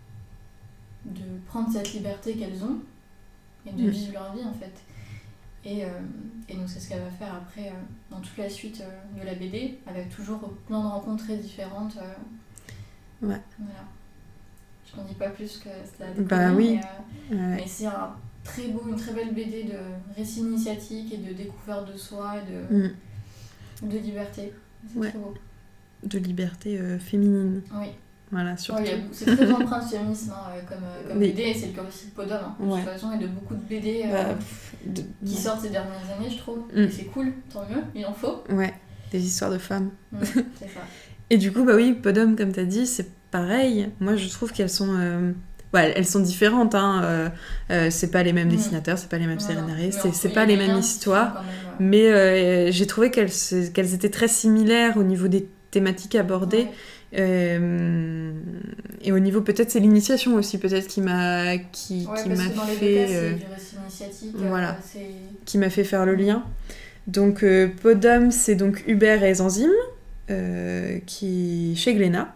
de, de prendre cette liberté qu'elles ont et de mmh. vivre leur vie en fait. Et, euh, et donc c'est ce qu'elle va faire après euh, dans toute la suite euh, de la B D, avec toujours plein de rencontres très différentes. Euh, ouais. Voilà. Je n'en dis pas plus que ça a bah oui. mais, euh, ouais. mais c'est un très beau, une très belle B D de récit initiatique et de découverte de soi et de... Mmh. De liberté, c'est ouais. très beau. De liberté euh, féminine. Oui. Voilà, surtout. Ouais, c'est très empreint de féminisme hein, comme, comme oui. B D, et c'est le cas aussi de Podom. Hein, de ouais. toute façon, et de beaucoup de B D euh, bah, de... qui ouais. sortent ces dernières années, je trouve. Mm. Et c'est cool, tant mieux, il en faut. Ouais, des histoires de femmes. Mm, c'est ça. Et du coup, bah oui, Podom, comme t'as dit, c'est pareil. Moi, je trouve qu'elles sont... Euh... Ouais, elles sont différentes, hein. euh, euh, c'est pas les mêmes mmh. dessinateurs, c'est pas les mêmes scénaristes, c'est, c'est pas les mêmes histoires, même, ouais. mais euh, j'ai trouvé qu'elles, qu'elles étaient très similaires au niveau des thématiques abordées, ouais. Euh, et au niveau, peut-être, c'est l'initiation aussi, peut-être, qui m'a, qui, ouais, qui parce m'a que dans les fait... deux cas, euh, c'est du récit initiatique. voilà. Euh, c'est... Qui m'a fait faire le lien. Donc, euh, Podum, c'est donc Hubert et Zanzim, euh, qui... chez Glénat.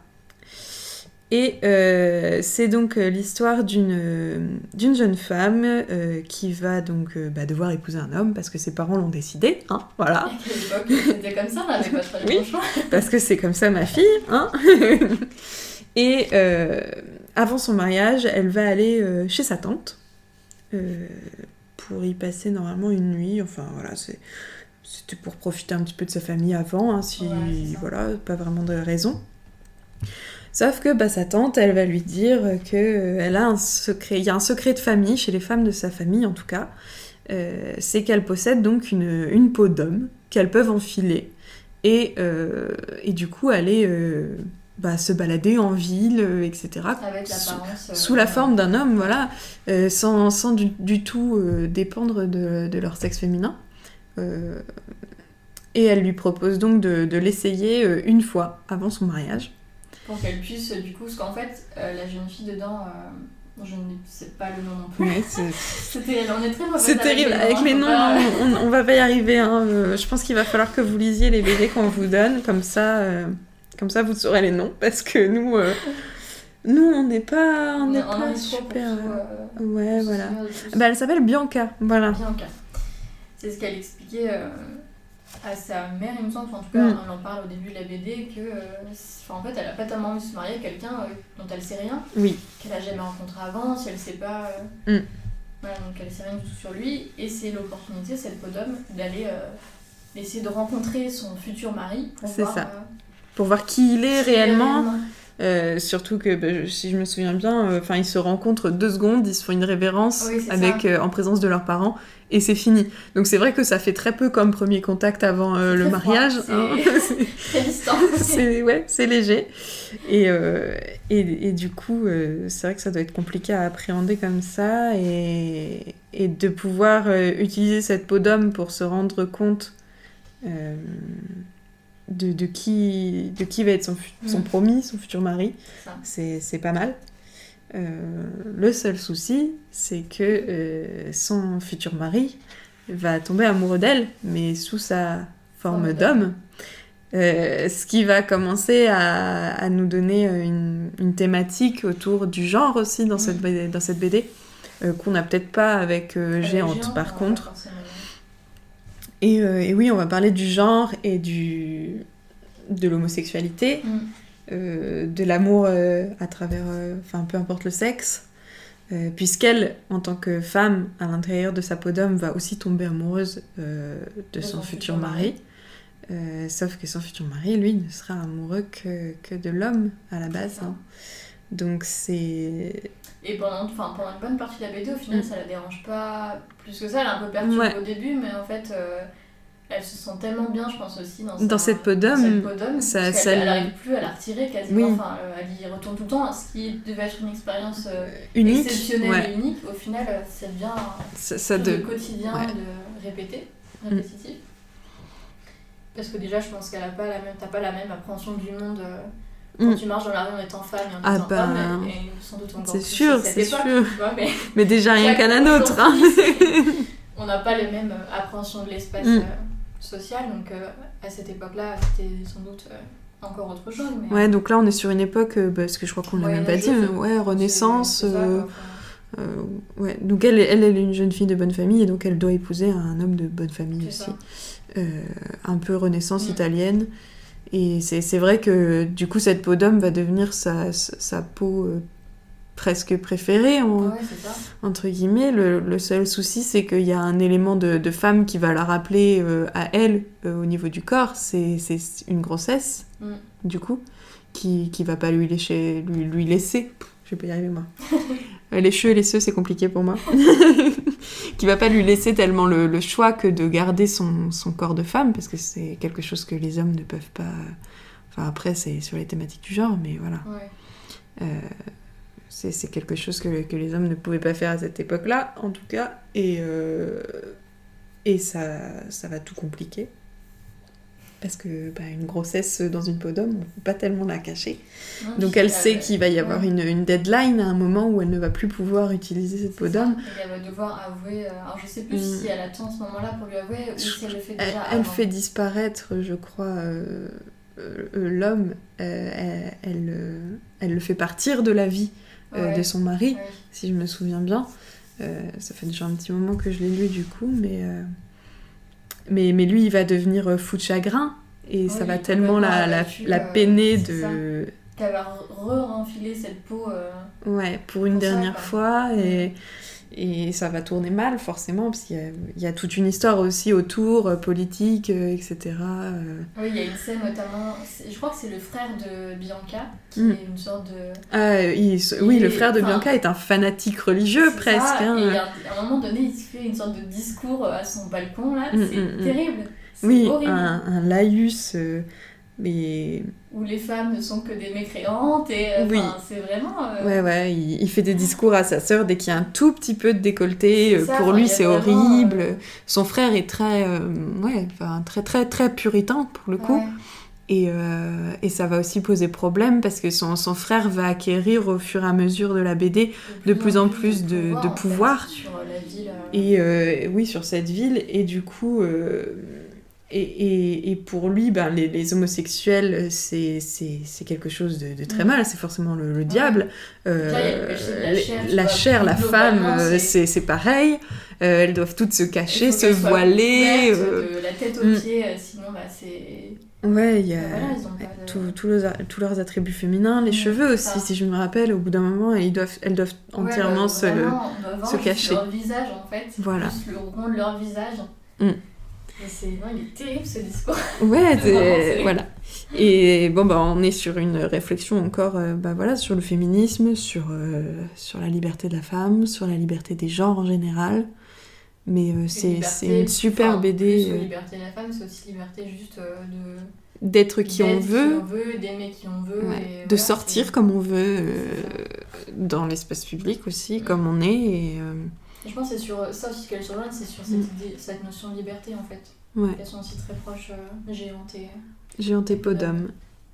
Et euh, c'est donc euh, l'histoire d'une, euh, d'une jeune femme euh, qui va donc euh, bah, devoir épouser un homme parce que ses parents l'ont décidé, hein, voilà. À l'époque, c'était comme ça, on n'avait pas très Oui, bon choix. Parce que c'est comme ça ma fille, hein. Et euh, avant son mariage, elle va aller euh, chez sa tante euh, pour y passer normalement une nuit. Enfin voilà, c'est, c'était pour profiter un petit peu de sa famille avant, hein, si Ouais, voilà, pas vraiment de raison. Sauf que bah, sa tante, elle va lui dire que euh, elle a un secret, il y a un secret de famille chez les femmes de sa famille en tout cas, euh, c'est qu'elle possède donc une, une peau d'homme qu'elles peuvent enfiler et, euh, et du coup aller euh, bah, se balader en ville, euh, et cetera. Avec l'apparence. Sous, Euh, sous la forme d'un homme, voilà, euh, sans, sans du, du tout euh, dépendre de, de leur sexe féminin. Euh, et elle lui propose donc de, de l'essayer euh, une fois avant son mariage. Pour qu'elle puisse, du coup, parce qu'en fait, euh, la jeune fille dedans, euh, je ne sais pas le nom non plus. Ouais, c'est... c'est terrible, on est très mauvaise C'est terrible, avec les noms, pas... on, on va pas y arriver. Hein. Euh, je pense qu'il va falloir que vous lisiez les B D qu'on vous donne, comme ça, euh, comme ça vous saurez les noms, parce que nous, euh, nous on n'est pas, on n'est pas super. Tout, euh, ouais, voilà. Bah, elle s'appelle Bianca, voilà. Bianca. C'est ce qu'elle expliquait. Euh... à sa mère, il me semble, en tout cas, mm. elle en parle au début de la B D, que euh, en fait, elle a pas tellement envie de se marier avec quelqu'un euh, dont elle sait rien, oui. qu'elle a jamais rencontré avant, si elle sait pas. Euh... Mm. Voilà, donc elle sait rien du tout sur lui, et c'est l'opportunité, cette peau d'homme, d'aller euh, essayer de rencontrer son futur mari pour c'est voir. ça. Euh, pour voir qui il est réellement. réellement. Euh, surtout que, bah, si je me souviens bien, enfin euh, ils se rencontrent deux secondes, ils se font une révérence oui, avec, euh, en présence de leurs parents, et c'est fini. Donc c'est vrai que ça fait très peu comme premier contact avant euh, le mariage. Froid, hein. c'est... c'est distant. c'est, ouais, c'est léger. Et, euh, et, et du coup, euh, c'est vrai que ça doit être compliqué à appréhender comme ça, et, et de pouvoir euh, utiliser cette peau d'homme pour se rendre compte... Euh, De, de, qui, de qui va être son, son mmh. promis, son futur mari. C'est, c'est pas mal. Euh, le seul souci, c'est que euh, son futur mari va tomber amoureux d'elle, mais sous sa forme oh, d'homme. Euh, ce qui va commencer à, à nous donner une, une thématique autour du genre aussi dans, mmh. cette, B D, dans cette B D, euh, qu'on n'a peut-être pas avec euh, Géante, Géant, par contre. Et, euh, et oui, on va parler du genre et du, de l'homosexualité, mm. euh, de l'amour euh, à travers, enfin euh, peu importe le sexe, euh, puisqu'elle, en tant que femme, à l'intérieur de sa peau d'homme, va aussi tomber amoureuse euh, de, de son, son futur mari. mari. Euh, sauf que son futur mari, lui, ne sera amoureux que, que de l'homme à la base. Hein. Donc c'est... Et pendant, enfin, pendant une bonne partie de la B D, au final, mmh. ça la dérange pas plus que ça. Elle est un peu perturbée ouais. au début, mais en fait, euh, elle se sent tellement bien, je pense aussi, dans, dans sa, cette peau d'homme. Ça, ça elle n'arrive plus à la retirer quasiment. Oui. Enfin, euh, elle y retourne tout le temps. Ce qui devait être une expérience euh, unique, exceptionnelle ouais. et unique, au final, euh, ça devient ça, ça de... le quotidien ouais. de répéter, répétitif. Mmh. Parce que déjà, je pense qu'elle n'a pas la même, t'as pas la même appréhension du monde. Euh, Quand mmh. tu marches dans la rue en étant femme et en ah étant bah, homme, et, et sans doute encore c'est plus sûr, cette c'est époque, sûr. Tu vois, mais, mais déjà rien qu'à la nôtre. Hein. On n'a pas les mêmes appréhensions de l'espace mmh. euh, social, donc euh, à cette époque-là, c'était sans doute euh, encore autre chose. Mais, ouais, donc là on est sur une époque, euh, parce que je crois qu'on l'a même pas dit, euh, ouais, Renaissance. C'est, c'est ça, euh, euh, ouais. Donc elle, elle, elle est une jeune fille de bonne famille, et donc elle doit épouser un homme de bonne famille c'est aussi. Euh, un peu Renaissance mmh. italienne. Et c'est, c'est vrai que du coup cette peau d'homme va devenir sa, sa, sa peau euh, presque préférée en, ouais, c'est ça. entre guillemets. Le, le seul souci c'est qu'il y a un élément de, de femme qui va la rappeler euh, à elle euh, au niveau du corps, c'est, c'est une grossesse mm. du coup qui, qui va pas lui, lécher, lui, lui laisser, je vais pas y arriver moi, les cheveux et les ceux c'est compliqué pour moi, qui va pas lui laisser tellement le, le choix que de garder son, son corps de femme, parce que c'est quelque chose que les hommes ne peuvent pas... Enfin, après, c'est sur les thématiques du genre, mais voilà. Ouais. Euh, c'est, c'est quelque chose que, que les hommes ne pouvaient pas faire à cette époque-là, en tout cas, et, euh, et ça, ça va tout compliquer. parce que bah, une grossesse dans une peau d'homme, on ne peut pas tellement la cacher. Non, Donc elle sait euh, qu'il va y avoir ouais. une, une deadline à un moment où elle ne va plus pouvoir utiliser cette peau d'homme. Et elle va devoir avouer, alors je sais plus mmh. si elle attend ce moment-là pour lui avouer ou si elle le fait déjà elle, avant. Elle fait disparaître, je crois, euh, euh, l'homme, euh, elle, elle, euh, elle le fait partir de la vie euh, ouais. de son mari, ouais. si je me souviens bien. Euh, ça fait déjà un petit moment que je l'ai lu du coup, mais... Euh... Mais, mais lui, il va devenir fou de chagrin, et oui, ça va tellement la, la, la peiner euh, de... Qu'elle va re-renfiler cette peau... Euh, ouais, pour une pour dernière ça, fois, et, et ça va tourner mal, forcément, parce qu'il y a, il y a toute une histoire aussi autour, euh, politique, euh, et cetera. Euh... Oui, il y a une scène notamment... Je crois que c'est le frère de Bianca, qui mm. est une sorte de... Ah, il, il oui, est, le frère de Bianca est un fanatique religieux, presque. Ça, hein. Et à un moment donné, il se fait une sorte de discours à son balcon, là, mm, c'est mm, terrible. C'est oui, horrible. un, un laïus... Euh... Mais... où les femmes ne sont que des mécréantes et euh, oui. c'est vraiment... Euh... Ouais, ouais, il, il fait des discours à sa sœur dès qu'il y a un tout petit peu de décolleté. Ça, pour lui, c'est horrible. Euh... Son frère est très, euh, ouais, enfin, très, très, très puritain, pour le coup. Ouais. Et, euh, et ça va aussi poser problème parce que son, son frère va acquérir au fur et à mesure de la B D de, de plus en plus de, de pouvoir, de pouvoir. Fait, sur la ville. Euh... Et euh, oui, sur cette ville. Et du coup... Euh, Et, et, et pour lui, ben, les, les homosexuels, c'est, c'est, c'est quelque chose de, de très mmh. mal, c'est forcément le, le diable. Euh, Là, la chair, la, chair, la femme, c'est... C'est, c'est pareil. Euh, elles doivent toutes se cacher, se voiler. Euh... De la tête aux mmh. pieds, sinon bah, c'est... Ouais, il y a tous de... leurs, tous leurs attributs féminins, les mmh, cheveux aussi, ça. Si je me rappelle, au bout d'un moment, ils doivent, elles doivent entièrement ouais, bah, se, se cacher. Leur visage, en fait, voilà. Juste le rond de leur visage. Mmh. Et c'est... Non, il est terrible ce discours. Ouais, c'est... voilà. Et bon, bah, on est sur une réflexion encore euh, bah, voilà, sur le féminisme, sur, euh, sur la liberté de la femme, sur la liberté des genres en général. Mais euh, c'est, liberté, c'est une super enfin, B D. Plus euh... liberté de la femme, c'est aussi liberté juste euh, de... D'être qui D'être on veut. Qui on veut, d'aimer qui on veut. Ouais. Et de voilà, sortir c'est... comme on veut, euh, dans l'espace public aussi, mmh. comme on est. Et, euh... je pense que c'est sur ça aussi qu'elle se rejoignent, c'est sur cette, mmh. idée, cette notion de liberté en fait. Ouais. Elles sont aussi très proches, euh, Géante et... Géante et peau d'homme.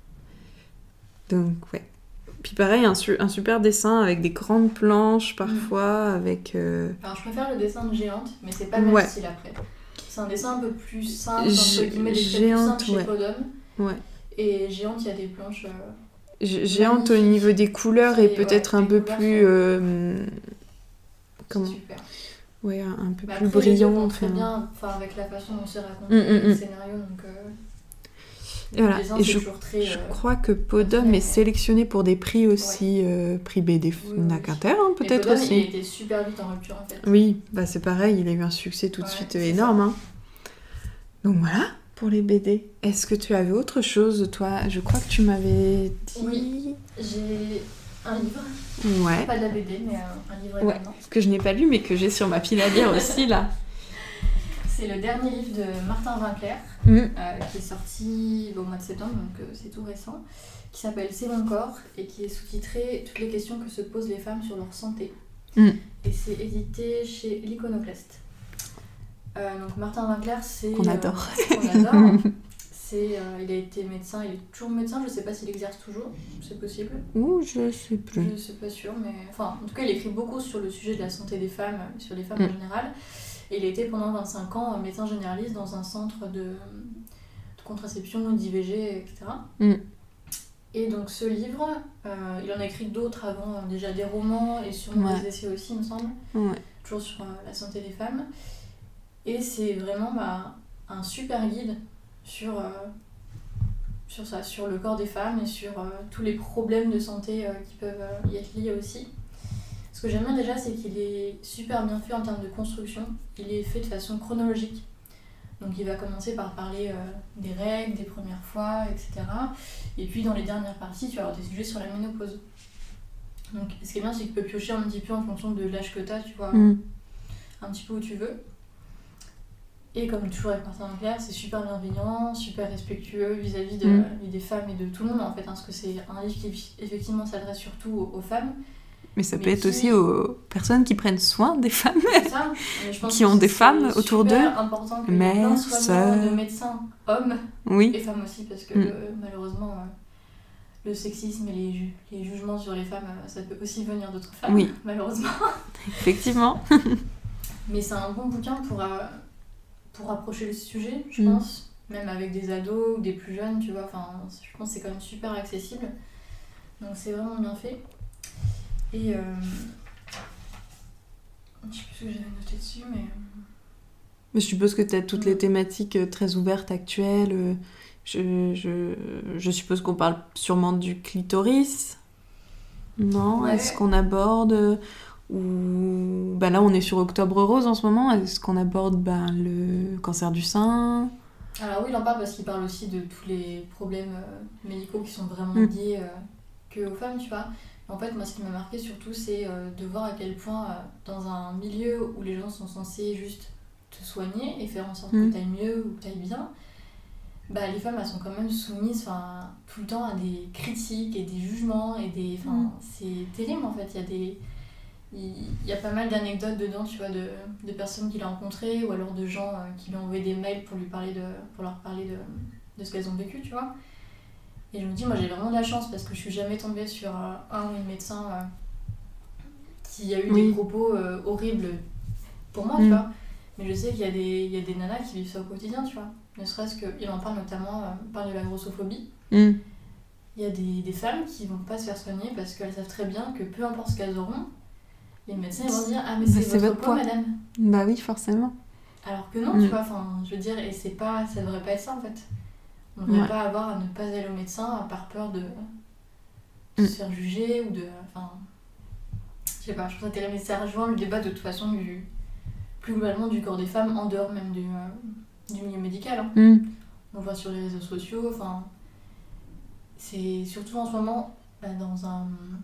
Donc, ouais. Puis pareil, un, su- un super dessin avec des grandes planches parfois, mmh. avec... Euh... Alors, je préfère le dessin de Géante, mais c'est pas le même ouais. style après. C'est un dessin un peu plus simple, G- entre guillemets, des traits plus simples chez ouais. peau d'homme. Ouais. Et Géante, il y a des planches... Euh, G- Géante, au niveau des couleurs, et peut-être ouais, un peu plus... Euh... Comment super. Ouais, un, un peu bah plus après, brillant. On enfin... très bien, enfin avec la façon dont c'est raconté mm, mm, le mm. scénario, donc. Euh, et voilà. Et je, très, je euh, crois que Peau d'homme est sélectionné pour des prix aussi, ouais. euh, prix B D oui, oui. Inter, hein, peut-être aussi. Il a été super vite en rupture en fait. Oui, bah c'est pareil, il a eu un succès tout de ouais, suite énorme. Hein. Donc voilà pour les B D. Est-ce que tu avais autre chose, toi ? Je crois que tu m'avais dit. Oui, j'ai. Un livre, ouais. Pas de la B D, mais un, un livre également. Ouais, que je n'ai pas lu, mais que j'ai sur ma pile à lire aussi, là. C'est le dernier livre de Martin Winkler, mm. euh, qui est sorti au mois de septembre, donc euh, c'est tout récent, qui s'appelle « C'est mon corps » et qui est sous-titré « Toutes les questions que se posent les femmes sur leur santé mm. ». Et c'est édité chez l'Iconoclaste. Euh, donc Martin Winkler, c'est... Qu'on adore. Euh, qu'on adore. C'est, euh, il a été médecin, il est toujours médecin, je sais pas s'il exerce toujours, c'est possible. Ouh, je sais plus. Je suis pas sûre, mais... Enfin, en tout cas, il écrit beaucoup sur le sujet de la santé des femmes, sur les femmes mm. en général. Et il a été pendant vingt-cinq ans médecin généraliste dans un centre de, de contraception, d'I V G, et cetera. Mm. Et donc ce livre, euh, il en a écrit d'autres avant, déjà des romans et sûrement ouais. des essais aussi, il me semble. Ouais. Toujours sur euh, la santé des femmes. Et c'est vraiment bah, un super guide sur, euh, sur ça, sur le corps des femmes et sur euh, tous les problèmes de santé euh, qui peuvent euh, y être liés aussi. Ce que j'aime bien déjà, c'est qu'il est super bien fait en termes de construction. Il est fait de façon chronologique. Donc il va commencer par parler euh, des règles, des premières fois, et cetera. Et puis dans les dernières parties, tu vas avoir des sujets sur la ménopause. Donc ce qui est bien, c'est qu'il peut piocher un petit peu en fonction de l'âge que tu as, tu vois, mm. un petit peu où tu veux. Et comme toujours avec Martin Winkler, c'est super bienveillant, super respectueux vis-à-vis de, mm. des femmes et de tout le monde en fait, hein, parce que c'est un livre qui effectivement s'adresse surtout aux, aux femmes. Mais ça mais peut être qui... aussi aux personnes qui prennent soin des femmes, ça, mais je pense qui ont des femmes autour d'eux. C'est important que mères, l'un soit sœurs... de médecins, hommes oui. et femmes aussi, parce que mm. euh, malheureusement, euh, le sexisme et les, ju- les jugements sur les femmes, euh, ça peut aussi venir d'autres femmes, oui. malheureusement. Effectivement. Mais c'est un bon bouquin pour, euh, pour approcher le sujet, je mm. pense, même avec des ados ou des plus jeunes, tu vois. Enfin, je pense que c'est quand même super accessible. Donc c'est vraiment bien fait. Et euh, je sais plus ce que j'avais noté dessus, mais... mais je suppose que tu as toutes mm. les thématiques très ouvertes, actuelles. Je, je, je suppose qu'on parle sûrement du clitoris. Non, ouais. Est-ce qu'on aborde... Ou bah là on est sur Octobre Rose en ce moment, est-ce qu'on aborde bah, le cancer du sein? Alors oui, il en parle parce qu'il parle aussi de tous les problèmes euh, médicaux qui sont vraiment mm. liés euh, que aux femmes, tu vois. En fait, moi ce qui m'a marqué surtout c'est euh, de voir à quel point euh, dans un milieu où les gens sont censés juste te soigner et faire en sorte mm. que t'ailles mieux ou que t'ailles bien, bah les femmes elles sont quand même soumises tout le temps à des critiques et des jugements et des... Enfin, mm. c'est terrible en fait, il y a des... Il y a pas mal d'anecdotes dedans, tu vois, de, de personnes qu'il a rencontrées ou alors de gens euh, qui lui ont envoyé des mails pour, lui parler de, pour leur parler de, de ce qu'elles ont vécu, tu vois. Et je me dis, moi j'ai vraiment de la chance parce que je suis jamais tombée sur euh, un ou une médecin euh, qui a eu oui. des propos euh, horribles pour moi, mm. tu vois. Mais je sais qu'il y a des, il y a des nanas qui vivent ça au quotidien, tu vois. Ne serait-ce qu'il en parle notamment, euh, il parle de la grossophobie. Mm. Il y a des, des femmes qui vont pas se faire soigner parce qu'elles savent très bien que peu importe ce qu'elles auront, les médecins ils vont dire ah mais c'est, bah, c'est votre, votre poids, poids madame. Bah oui forcément. Alors que non mm. tu vois, enfin je veux dire et c'est pas, ça devrait pas être ça en fait. On devrait ouais. pas avoir à ne pas aller au médecin par peur de, de mm. se faire juger ou de, enfin je sais pas, je trouve ça terrible mais ça rejoint le débat de toute façon du plus globalement du corps des femmes en dehors même du, euh, du milieu médical. Hein. Mm. On voit sur les réseaux sociaux, enfin c'est surtout en ce moment bah, dans un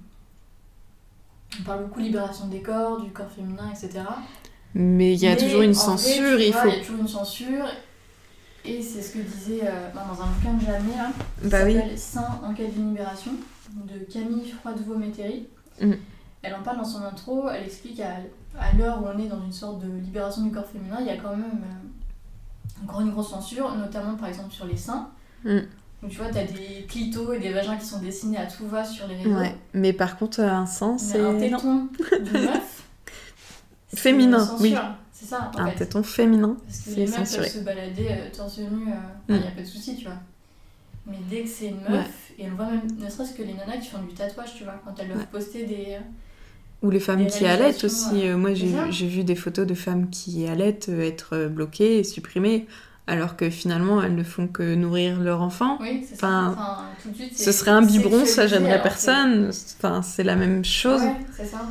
on parle beaucoup de libération des corps, du corps féminin, et cetera. Mais il y a Mais toujours une censure, vrai, il vois, faut... Il y a toujours une censure, et c'est ce que disait euh, dans un bouquin que j'ai amené, là, qui bah s'appelle oui. Seins en quête d'une libération, de Camille Froidevaux-Métairie. Mm. Elle en parle dans son intro, elle explique à, à l'heure où on est dans une sorte de libération du corps féminin, il y a quand même euh, encore une grosse censure, notamment par exemple sur les seins. Mm. Donc tu vois, t'as des clitos et des vagins qui sont dessinés à tout va sur les réseaux. Ouais, mais par contre, un sein, c'est... un téton d'une meuf... féminin, oui. C'est ça, en un fait. téton féminin, parce que c'est les meufs censuré. peuvent se balader euh, torse nu, il euh, n'y mm. a pas de souci, tu vois. Mais dès que c'est une meuf, ouais. et on voit même, ne serait-ce que les nanas qui font du tatouage, tu vois, quand elles doivent ouais. poster des... Ou les femmes qui allaitent aussi. Euh, moi, j'ai, j'ai vu des photos de femmes qui allaitent euh, être bloquées et supprimées. Alors que finalement, elles ne font que nourrir leur enfant. Oui, c'est enfin, ça. Enfin, tout de suite, ce serait un biberon, ça gênerait personne. C'est... Enfin, c'est la même chose. Ouais, c'est ça.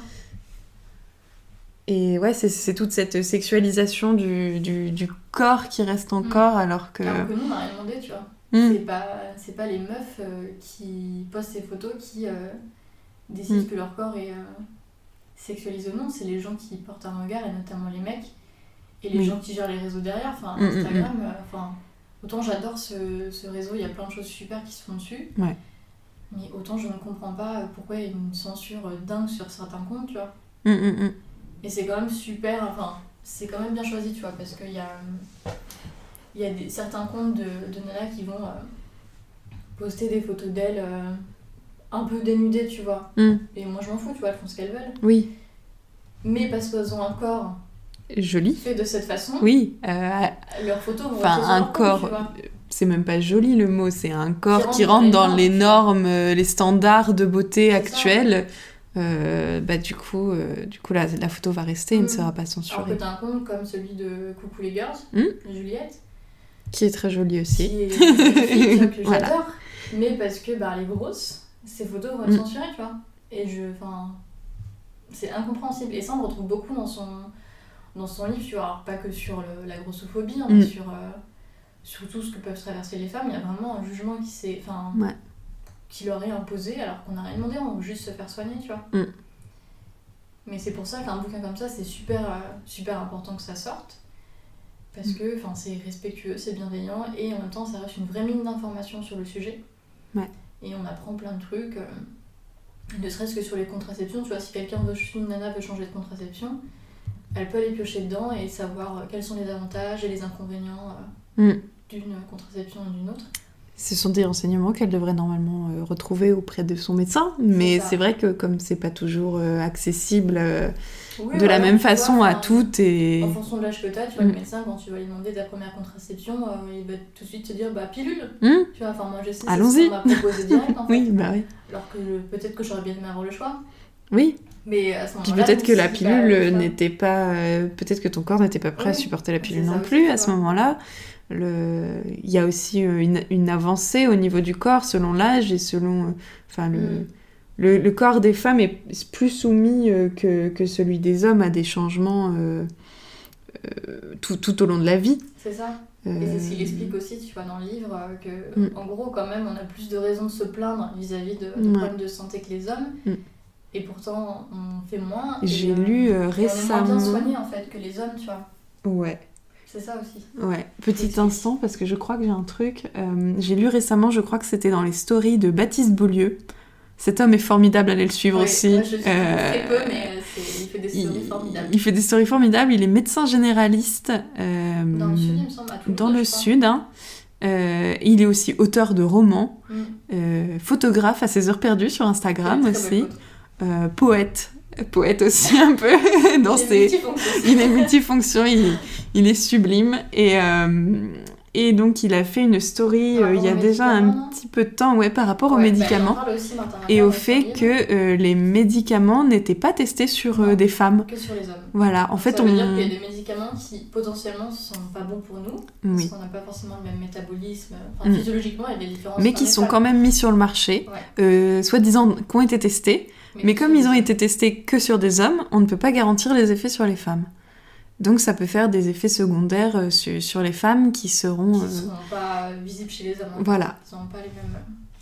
Et ouais, c'est, c'est toute cette sexualisation du, du, du corps qui reste encore, mmh. alors que... Alors que nous, on n'a rien demandé, tu vois. Mmh. C'est pas, c'est pas les meufs euh, qui postent ces photos qui euh, décident mmh. que leur corps est euh, sexualisé ou non. C'est les gens qui portent un regard, et notamment les mecs. Et les oui. gens qui gèrent les réseaux derrière, enfin mmh, Instagram, mmh. euh, autant j'adore ce, ce réseau, il y a plein de choses super qui se font dessus, ouais. mais autant je ne comprends pas pourquoi il y a une censure dingue sur certains comptes, tu vois. Mmh, mmh. Et c'est quand même super, enfin, c'est quand même bien choisi, tu vois, parce qu'il y a, il y a des, certains comptes de, de nanas qui vont euh, poster des photos d'elles euh, un peu dénudées, tu vois. Mmh. Et moi je m'en fous, tu vois, elles font ce qu'elles veulent. Oui. Mais parce qu'elles ont un corps... joli. Fait de cette façon. Oui. Euh, leurs photos vont enfin, un corps. Compte, c'est même pas joli le mot, c'est un corps qui rentre, qui rentre dans les normes, euh, les standards de beauté c'est actuels. Euh, bah du coup, euh, du coup la, la photo va rester et mmh. ne sera pas censurée. Alors que t'as un compte comme celui de Coucou les Girls, mmh. de Juliette, qui est très jolie aussi. Qui est magnifique, que voilà. J'adore. Mais parce que bah elle est grosse, ces photos vont être mmh. censurées, tu vois. Et je, enfin, c'est incompréhensible. Et ça on le retrouve beaucoup dans son dans son livre, tu vois, alors pas que sur le, la grossophobie, hein, mm. mais sur, euh, sur tout ce que peuvent traverser les femmes, il y a vraiment un jugement qui, s'est, ouais. qui leur est imposé alors qu'on n'a rien demandé, on veut juste se faire soigner, tu vois. Mm. Mais c'est pour ça qu'un bouquin comme ça, c'est super, euh, super important que ça sorte, parce mm. que c'est respectueux, c'est bienveillant, et en même temps ça reste une vraie mine d'informations sur le sujet. Ouais. Et on apprend plein de trucs. Euh, Ne serait-ce que sur les contraceptions, tu vois, si quelqu'un veut, si une nana veut changer de contraception, elle peut aller piocher dedans et savoir quels sont les avantages et les inconvénients euh, mm. d'une contraception ou d'une autre. Ce sont des renseignements qu'elle devrait normalement euh, retrouver auprès de son médecin, mais c'est, c'est vrai que comme c'est pas toujours euh, accessible euh, oui, de voilà, la même façon vois, à toutes et... En fonction de l'âge que t'as, tu vois, mm. le médecin, quand tu vas lui demander ta première contraception, euh, il va tout de suite te dire bah pilule. Mm. Tu vois, enfin moi je sais, Allons-y. C'est ce qu'on m'a proposé direct en fait. Oui, bah oui. Alors que je, peut-être que j'aurais bien aimé avoir le choix. Oui. Mais à ce moment-là, puis peut-être que la pilule pas, n'était pas... Euh, peut-être que ton corps n'était pas prêt oui. à supporter la pilule non plus à ce moment-là. Le... Il y a aussi une, une avancée au niveau du corps selon l'âge et selon... Enfin, le, mm. le, le corps des femmes est plus soumis que, que celui des hommes à des changements euh, euh, tout, tout au long de la vie. C'est ça. Euh... Et c'est ce qu'il explique aussi, tu vois, dans le livre, que mm. en gros, quand même, on a plus de raisons de se plaindre vis-à-vis de, de ouais. problèmes de santé que les hommes. Mm. Et pourtant, on fait moins. J'ai et, lu euh, et récemment... on est moins bien soigné, en fait, que les hommes, tu vois. Ouais. C'est ça aussi. Ouais, petit c'est instant, parce que je crois que j'ai un truc. Euh, j'ai lu récemment, je crois que c'était dans les stories de Baptiste Beaulieu. Cet homme est formidable, allez le suivre ouais, aussi. Moi, je suis euh, très peu, mais c'est, il fait des stories il, formidables. Il fait des stories formidables, il est médecin généraliste. Euh, dans le sud, il me semble, à Toulouse. Dans le sud, hein. Euh, il est aussi auteur de romans, mm. euh, photographe à ses heures perdues sur Instagram aussi, euh, poète. Poète aussi un peu dans il ses... Est il est multifonction, il, il est sublime et, euh, et donc il a fait une story euh, il y a déjà un non petit peu de temps ouais, par rapport ouais, aux médicaments bah, aussi, et au fait que euh, les médicaments n'étaient pas testés sur euh, des femmes. Que sur les hommes. Voilà, en fait ça on... veut dire qu'il y a des médicaments qui potentiellement sont pas bons pour nous oui. parce qu'on n'a pas forcément le même métabolisme. Enfin, mm. physiologiquement, il y a des différences. Mais qui sont quand même mis sur le marché, ouais. euh, soi-disant qui ont été testés. Mais, Mais comme ils ont été testés que sur des hommes, on ne peut pas garantir les effets sur les femmes. Donc ça peut faire des effets secondaires euh, sur, sur les femmes qui seront... Qui ne euh... seront pas visibles chez les hommes. Voilà. Ils n'auront pas les mêmes...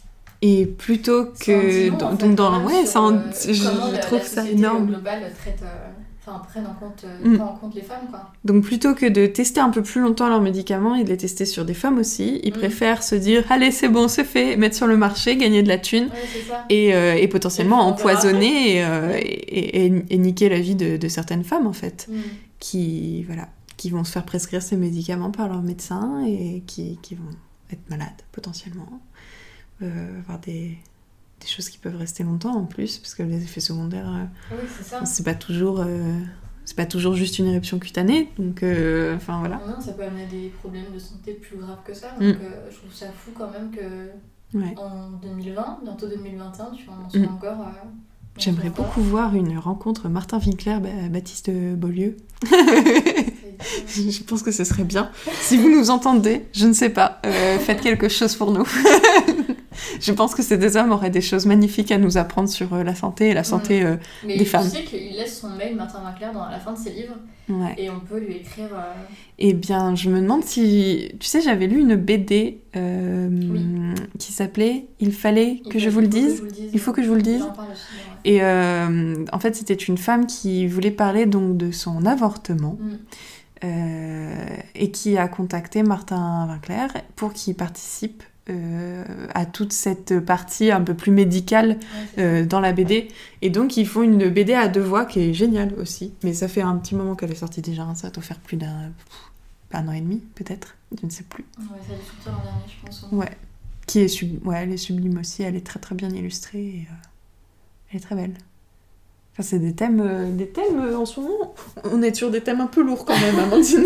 Et plutôt que... Long, donc en fait, dans... Ouais, ça en... euh, je, je la, trouve la ça énorme. Globale traite... Euh... Enfin, prennent en compte, euh, mm. en compte les femmes, quoi. Donc, plutôt que de tester un peu plus longtemps leurs médicaments et de les tester sur des femmes aussi, ils mm. préfèrent se dire « Allez, c'est bon, c'est fait, mettre sur le marché, gagner de la thune, ouais, c'est ça. Et, euh, et potentiellement et empoisonner et, euh, et, et, et niquer la vie de, de certaines femmes, en fait, mm. qui, voilà, qui vont se faire prescrire ces médicaments par leur médecin et qui, qui vont être malades, potentiellement, euh, avoir des... des choses qui peuvent rester longtemps en plus, parce que les effets secondaires, oui, c'est, ça. c'est pas toujours, euh, c'est pas toujours juste une éruption cutanée, donc euh, enfin voilà. Non, ça peut amener des problèmes de santé plus graves que ça, donc mm. euh, je trouve ça fou quand même que ouais. en deux mille vingt, bientôt deux mille vingt et un, tu vois, on en soit mm. encore. Euh, J'aimerais beaucoup voir une rencontre Martin Winkler, Baptiste Beaulieu. Je pense que ce serait bien. Si vous nous entendez, je ne sais pas, euh, faites quelque chose pour nous. Je pense que ces deux hommes auraient des choses magnifiques à nous apprendre sur euh, la santé et la santé euh, mmh. des Mais femmes. Mais tu sais qu'il laisse son mail, Martin Winkler, dans la fin de ses livres, ouais. et on peut lui écrire... Euh... Eh bien, je me demande si... Tu sais, j'avais lu une B D euh, oui. qui s'appelait « Il fallait que, je vous, le dise. je vous le dise. Il faut que je vous le dise. » Et euh, en fait, c'était une femme qui voulait parler donc de son avortement. Mmh. Euh, et qui a contacté Martin Winkler pour qu'il participe euh, à toute cette partie un peu plus médicale ouais, euh, dans la B D. Et donc ils font une B D à deux voix qui est géniale aussi. Mais ça fait un petit moment qu'elle est sortie déjà, hein. Ça doit faire plus d'un un an et demi peut-être, je ne sais plus. Ouais, ça a dû sortir l'an dernier, je pense. Ouais, qui est sub... ouais, elle est sublime aussi, elle est très très bien illustrée et euh, elle est très belle. Enfin, c'est des thèmes, euh, des thèmes euh, en ce moment. On est sur des thèmes un peu lourds quand même, Amandine.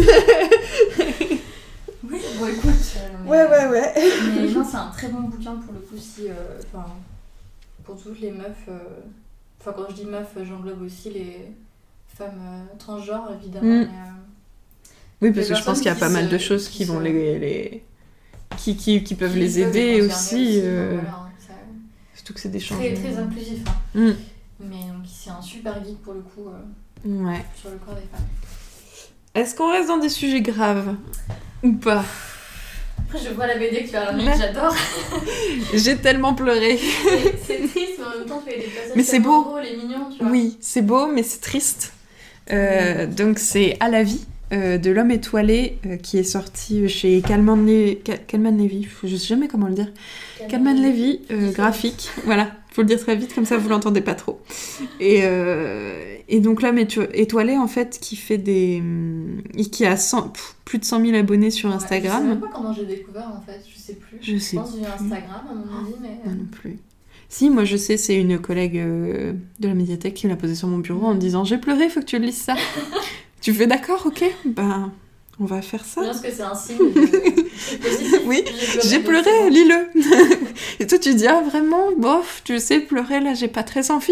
Oui, bon écoute. Euh, mais, ouais, ouais, ouais. Mais non, c'est un très bon bouquin pour le coup, si. Enfin, euh, pour toutes les meufs. Enfin, euh, quand je dis meufs, j'englobe aussi les femmes euh, transgenres, évidemment. Mm. Mais, euh, oui, parce que je pense qu'il y a pas se, mal de choses qui, qui vont se... les. les... Qui, qui, qui peuvent qui les peuvent aider les aussi. aussi euh... voilà, hein, ça... Surtout que c'est des changements. Très, très inclusif. Hein. Mm. Mais donc, c'est un super guide pour le coup euh, ouais. sur le corps des femmes. Est-ce qu'on reste dans des sujets graves ou pas? Après, je vois la B D que tu as ramenée, j'adore. J'ai tellement pleuré. C'est triste, mais en même temps, tu fais des passages mais c'est beau. Drôles et mignons, tu vois. Oui, c'est beau, mais c'est triste. Euh, mmh. Donc, c'est À la vie euh, de l'homme étoilé euh, qui est sorti chez Calman, Lé... Calman Levy, je sais jamais comment le dire. Calman Levy, euh, graphique, voilà, faut le dire très vite comme ça vous l'entendez pas trop. Et, euh, et donc l'homme étoilé en fait qui fait des, qui a cent... Pff, plus de cent mille abonnés sur Instagram. Ouais, je sais même pas comment j'ai découvert en fait, je sais plus. Je, sais je pense que j'ai Instagram à mon avis, mais. Moi non plus. Si, moi je sais, c'est une collègue euh, de la médiathèque qui me l'a posé sur mon bureau en me disant j'ai pleuré, faut que tu lises ça. Tu fais d'accord, ok, ben on va faire ça. Je pense que c'est un signe de... positif. Oui, j'ai pleuré, j'ai pleuré, lis-le. Et toi tu dis ah vraiment, bof, tu sais pleurer là, j'ai pas très envie.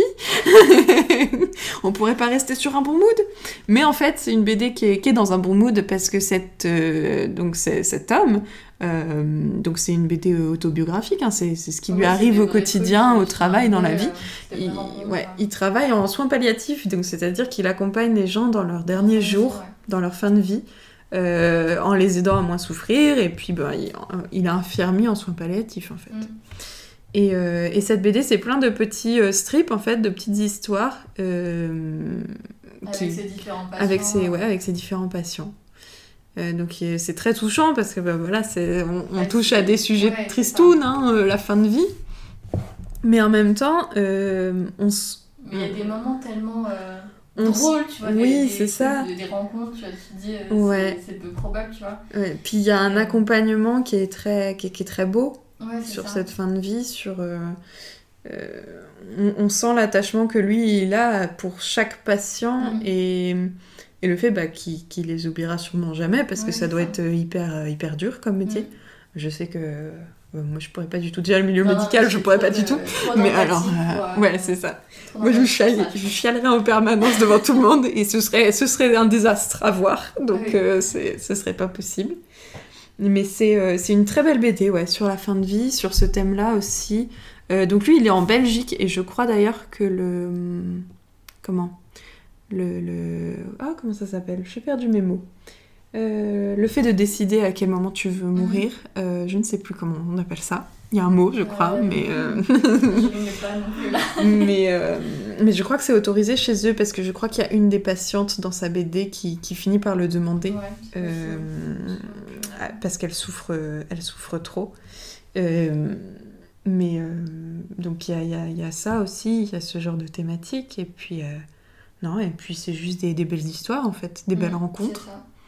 On pourrait pas rester sur un bon mood. Mais en fait, c'est une B D qui est, qui est dans un bon mood parce que cette, euh, donc c'est, cet homme. Euh, donc c'est une B D autobiographique, hein, c'est, c'est ce qui ouais, lui arrive au quotidien, au travail, dans la vie. Euh, il, bon, ouais, il travaille en soins palliatifs, donc c'est-à-dire qu'il accompagne les gens dans leurs derniers jours, ouais. dans leur fin de vie, euh, en les aidant à moins souffrir, et puis ben, il, il est infirmier en soins palliatifs en fait. Mm. Et, euh, et cette B D, c'est plein de petits euh, strips en fait, de petites histoires. Euh, avec qui, ses différents patients. Avec ses, ouais, avec ses différents patients. Euh, donc c'est très touchant parce que bah, voilà, c'est, on, on touche à des sujets ouais, tristounes, hein, euh, la fin de vie. Mais en même temps, euh, on s... Mais il y a des moments tellement euh, drôles, tu vois. Oui, des, c'est ça. Des, des rencontres, tu vois, tu te dis, euh, ouais. c'est, c'est peu probable, tu vois. Ouais. Puis il y a un accompagnement qui est très, qui est, qui est très beau ouais, sur ça. cette fin de vie, sur... Euh, euh, on, on sent l'attachement que lui, il a pour chaque patient mmh. et... Et le fait bah, qu'il, qu'il les oubliera sûrement jamais, parce ouais, que ça doit ça. être hyper, hyper dur comme métier. Mmh. Je sais que euh, moi, je pourrais pas du tout. Déjà, le milieu non, médical, non, je pourrais pas de, du tout. Mais alors, euh, ouais, c'est ça. Moi, je, chiale, je chialerais en permanence devant tout le monde, et ce serait, ce serait un désastre à voir. Donc, oui. euh, c'est, ce serait pas possible. Mais c'est, euh, c'est une très belle B D, ouais, sur la fin de vie, sur ce thème-là aussi. Euh, donc, lui, il est en Belgique, et je crois d'ailleurs que le... Comment Le, le... Ah, comment ça s'appelle ? J'ai perdu mes mots. Euh, le fait de décider à quel moment tu veux mourir, mmh. euh, je ne sais plus comment on appelle ça. Il y a un mot, je crois, euh, mais... Euh... je ne l'ai pas non plus, là. mais, euh... mais je crois que c'est autorisé chez eux, parce que je crois qu'il y a une des patientes dans sa B D qui, qui finit par le demander, ouais, euh... parce qu'elle souffre, elle souffre trop. Euh... Mais euh... donc il y a, y, a, y a ça aussi, il y a ce genre de thématique, et puis... Euh... Non, et puis c'est juste des, des belles histoires, en fait, des belles mmh, rencontres,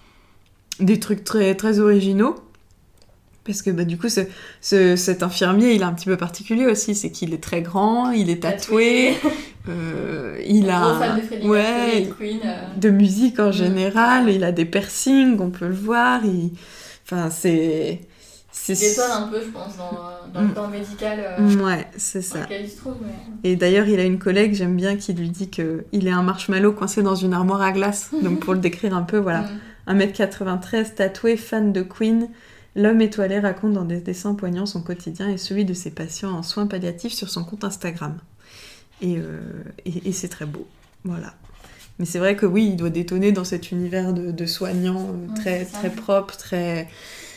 des trucs très, très originaux, parce que bah, du coup, ce, ce, cet infirmier, il est un petit peu particulier aussi, c'est qu'il est très grand, il est tatoué, euh, il a... Gros fan de Freddie ouais, et de Queen. Euh... De musique en mmh, général, ouais. Il a des piercings, on peut le voir, il... Enfin, c'est... C'est... Il étonne un peu, je pense, dans, dans le corps médical euh, ouais, c'est ça. Dans lequel il se trouve. Mais... Et d'ailleurs, il a une collègue, j'aime bien, qui lui dit qu'il est un marshmallow coincé dans une armoire à glace. Donc pour le décrire un peu, voilà. Mm. un mètre quatre-vingt-treize, tatoué, fan de Queen, l'homme étoilé raconte dans des dessins poignants son quotidien et celui de ses patients en soins palliatifs sur son compte Instagram. Et, euh, et, et c'est très beau, voilà. Mais c'est vrai que oui, il doit détonner dans cet univers de, de soignants euh, très, ouais, très propre, très...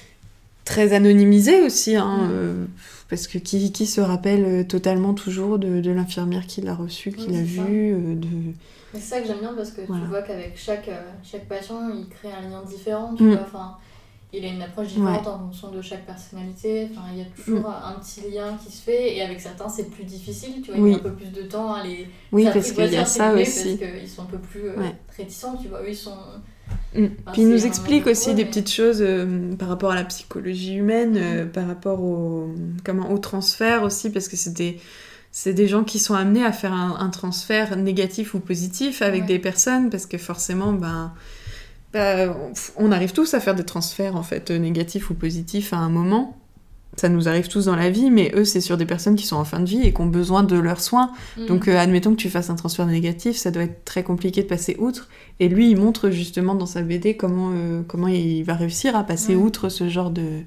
très anonymisé aussi, hein, mmh. euh, parce que qui, qui se rappelle totalement toujours de, de l'infirmière qui l'a reçu, qui oui, l'a vu. Euh, de... C'est ça que j'aime bien, parce que voilà. Tu vois qu'avec chaque, euh, chaque patient, il crée un lien différent, tu mmh. vois, enfin, il a une approche différente ouais. en fonction de chaque personnalité, enfin, il y a toujours mmh. un petit lien qui se fait, et avec certains c'est plus difficile, tu vois, oui. il y a un peu plus de temps à les oui, parce qu'il y a ça aussi. Parce qu'ils sont un peu plus euh, ouais. réticents, tu vois, eux ils sont... Mmh. Enfin, puis il nous explique aussi des mais... petites choses euh, par rapport à la psychologie humaine, mmh. euh, par rapport au, comment, au transfert aussi, parce que c'est des, c'est des gens qui sont amenés à faire un, un transfert négatif ou positif avec ouais. des personnes, parce que forcément, ben, ben, on arrive tous à faire des transferts en fait, négatifs ou positifs à un moment. Ça nous arrive tous dans la vie, mais eux, c'est sur des personnes qui sont en fin de vie et qui ont besoin de leurs soins. Mmh. Donc, euh, admettons que tu fasses un transfert négatif, ça doit être très compliqué de passer outre. Et lui, il montre justement dans sa B D comment, euh, comment il va réussir à passer mmh. outre ce genre de,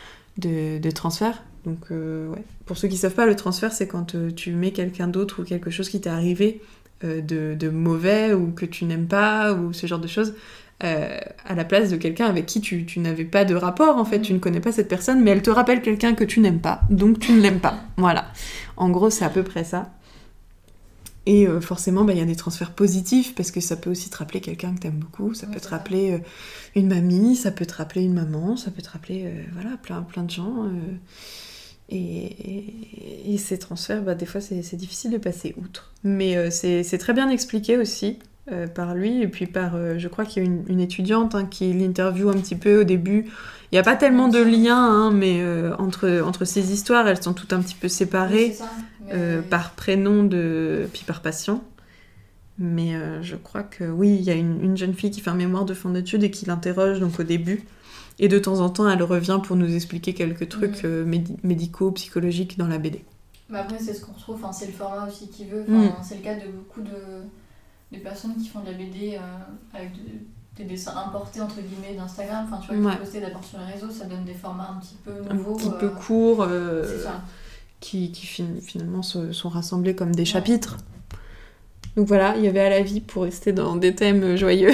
de, de transfert. Donc, euh, ouais. Pour ceux qui ne savent pas, le transfert, c'est quand euh, tu mets quelqu'un d'autre ou quelque chose qui t'est arrivé euh, de, de mauvais ou que tu n'aimes pas ou ce genre de choses. Euh, à la place de quelqu'un avec qui tu, tu n'avais pas de rapport, en fait, mmh. tu ne connais pas cette personne, mais elle te rappelle quelqu'un que tu n'aimes pas, donc tu ne l'aimes pas. Voilà. En gros, c'est à peu près ça. Et euh, forcément, bah, y a des transferts positifs, parce que ça peut aussi te rappeler quelqu'un que t'aimes beaucoup, ça ouais, peut te ça. rappeler euh, une mamie, ça peut te rappeler une maman, ça peut te rappeler euh, voilà, plein, plein de gens. Euh, et, et, et ces transferts, bah, des fois, c'est, c'est difficile de passer outre. Mais euh, c'est, c'est très bien expliqué aussi euh, par lui, et puis par, euh, je crois qu'il y a une, une étudiante hein, qui l'interviewe un petit peu au début. Il n'y a pas tellement de lien, hein, mais euh, entre, entre ces histoires, elles sont toutes un petit peu séparées. Oui, c'est ça. Mais... Euh, par prénom, de... puis par patient. Mais euh, je crois que oui, il y a une, une jeune fille qui fait un mémoire de fin d'études et qui l'interroge donc au début. Et de temps en temps, elle revient pour nous expliquer quelques trucs mmh. euh, médi- médicaux, psychologiques dans la B D. Bah après, c'est ce qu'on retrouve, enfin, c'est le format aussi qui veut. Enfin, mmh. C'est le cas de beaucoup de, de personnes qui font de la B D euh, avec de, des dessins importés entre guillemets d'Instagram. Enfin, tu vois, qui ouais. postent d'abord sur les réseaux, ça donne des formats un petit peu nouveaux. Un petit euh, peu courts. Euh... C'est ça. qui, qui fin- finalement se, sont rassemblés comme des ouais. chapitres. Donc voilà, il y avait à la vie pour rester dans des thèmes joyeux.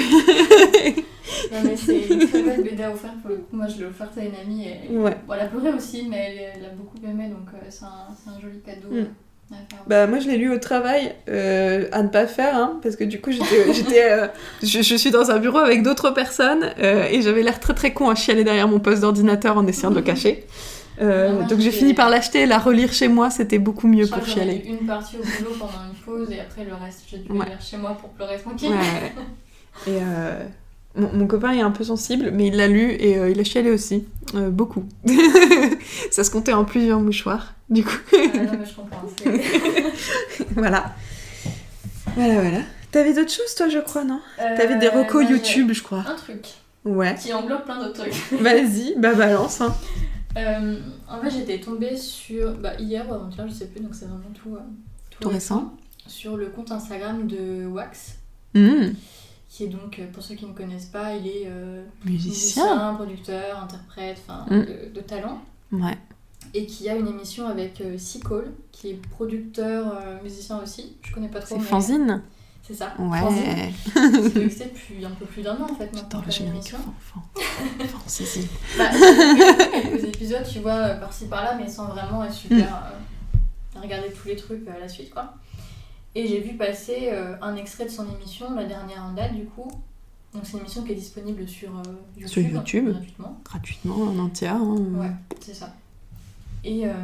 Non mais c'est une très belle B D à offrir pour le coup. Moi je l'ai offerte à une amie et ouais. bon, elle a pleuré aussi, mais elle, elle a beaucoup aimé, donc euh, c'est, un, c'est un joli cadeau. Mm. Bah moi je l'ai lu au travail, euh, à ne pas faire, hein, parce que du coup j'étais, j'étais, euh, je, je suis dans un bureau avec d'autres personnes euh, et j'avais l'air très très con à chialer derrière mon poste d'ordinateur en essayant de le cacher. Euh, non, donc j'ai fini par l'acheter et la relire chez moi, c'était beaucoup mieux je pour chialer. J'ai eu une partie au boulot pendant une pause et après le reste j'ai dû ouais. le lire chez moi pour pleurer tranquille. Ouais. Et euh, mon, mon copain est un peu sensible, mais il l'a lu et euh, il a chialé aussi, euh, beaucoup. Ça se comptait en plusieurs mouchoirs, du coup. Ah, non mais je comprends. C'est... voilà. Voilà, voilà. T'avais d'autres choses toi je crois, non euh, T'avais des recos bah, YouTube je crois. Un truc. Ouais. Qui englobe plein d'autres trucs. Vas-y, bah balance hein. Euh, en fait, j'étais tombée sur, bah, hier ou avant-hier, je sais plus, donc c'est vraiment tout, euh, tout, tout récent, récent, sur le compte Instagram de Wax, mmh. qui est donc, pour ceux qui ne connaissent pas, il est euh, musicien. musicien, producteur, interprète, enfin, mmh. de, de talent. Ouais. Et qui a une émission avec euh, Seacole, qui est producteur, euh, musicien aussi. Je connais pas trop. C'est mais... Fanzine. C'est ça. Ouais. Fanzine. Qui existe depuis un peu plus d'un an en fait. J'adore le générique. Fanzine. Bah, j'ai quelques épisodes, tu vois, par-ci par-là, mais sans vraiment être super. Mm. Euh, regarder tous les trucs à la suite, quoi. Et j'ai vu passer euh, un extrait de son émission, la dernière en date, du coup. Donc c'est une émission qui est disponible sur euh, YouTube. Sur YouTube. Gratuitement. Gratuitement, en entier. Hein. Ouais, c'est ça. Et, euh,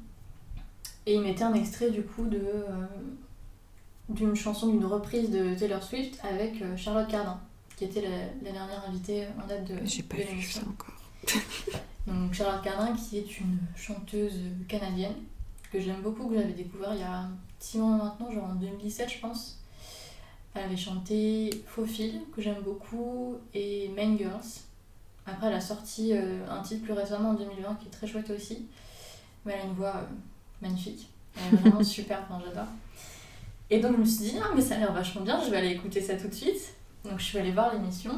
et il mettait un extrait, du coup, de. Euh, d'une chanson, d'une reprise de Taylor Swift avec euh, Charlotte Cardin, qui était la, la dernière invitée en date de J'ai pas de vu ça encore. Donc Charlotte Cardin, qui est une chanteuse canadienne que j'aime beaucoup, que j'avais découvert il y a un petit moment maintenant, genre en deux mille dix-sept je pense. Elle avait chanté Faux Fil, que j'aime beaucoup, et Main Girls. Après elle a sorti euh, un titre plus récemment en deux mille vingt qui est très chouette aussi. Mais elle a une voix euh, magnifique, elle est vraiment super, enfin j'adore. Et donc je me suis dit, ah mais ça a l'air vachement bien, je vais aller écouter ça tout de suite. Donc je suis allée voir l'émission.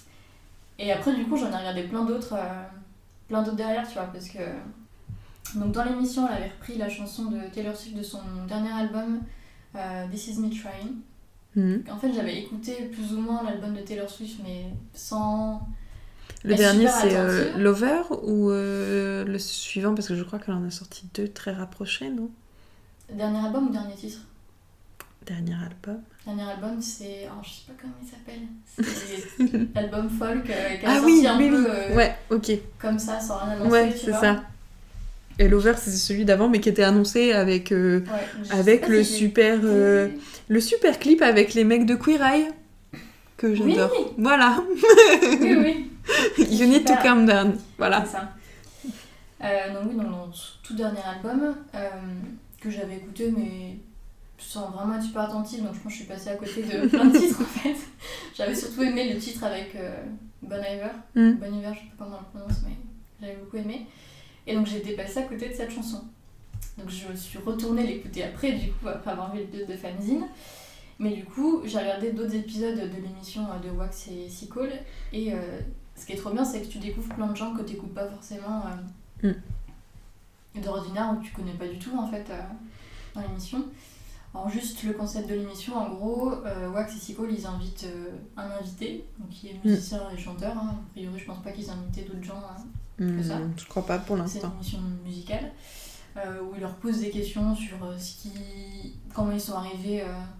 Et après du coup j'en ai regardé plein d'autres, euh, plein d'autres derrière, tu vois, parce que... Donc dans l'émission elle avait repris la chanson de Taylor Swift de son dernier album, euh, This Is Me Trying. Mm-hmm. En fait j'avais écouté plus ou moins l'album de Taylor Swift, mais sans... Le dernier c'est euh, Lover ou euh, le suivant, parce que je crois qu'elle en a sorti deux très rapprochés, non ? Dernier album ou dernier titre ? Dernier album. Dernier album, c'est... Oh, je sais pas comment il s'appelle. C'est l'album folk euh, qui a ah sorti oui, un oui, peu... oui. Euh, ouais, ok. Comme ça, sans rien annoncer, ouais, tu c'est vois. ça. Et l'Over, c'est celui d'avant, mais qui était annoncé avec, euh, ouais, avec le, si super, euh, le super clip avec les mecs de Queer Eye, que j'adore. Oui. Voilà. Oui, oui. You need to calm down. Voilà. C'est ça. Euh, donc oui, dans mon tout dernier album, euh, que j'avais écouté, mais... sans vraiment être super attentive, donc je pense que je suis passée à côté de plein de titres en fait. J'avais surtout aimé le titre avec euh, Bon Iver. Mm. Bon Iver, je sais pas comment on le prononce, mais j'avais beaucoup aimé. Et donc j'étais passée à côté de cette chanson. Donc je suis retournée l'écouter après, du coup, après avoir vu le deux de Fanzine. Mais du coup, j'ai regardé d'autres épisodes de l'émission de Wax et Seacole. Et euh, ce qui est trop bien, c'est que tu découvres plein de gens que tu n'écoutes pas forcément euh, mm. d'ordinaire, ou que tu connais pas du tout en fait euh, dans l'émission. Alors juste le concept de l'émission, en gros, euh, Wax et Seacole, ils invitent euh, un invité, donc qui est musicien mmh. et chanteur. Hein. A priori, je pense pas qu'ils invitent d'autres gens hein, mmh, que ça. Je crois pas pour l'instant. C'est une émission musicale euh, où ils leur posent des questions sur euh, ce qui, comment ils sont arrivés euh,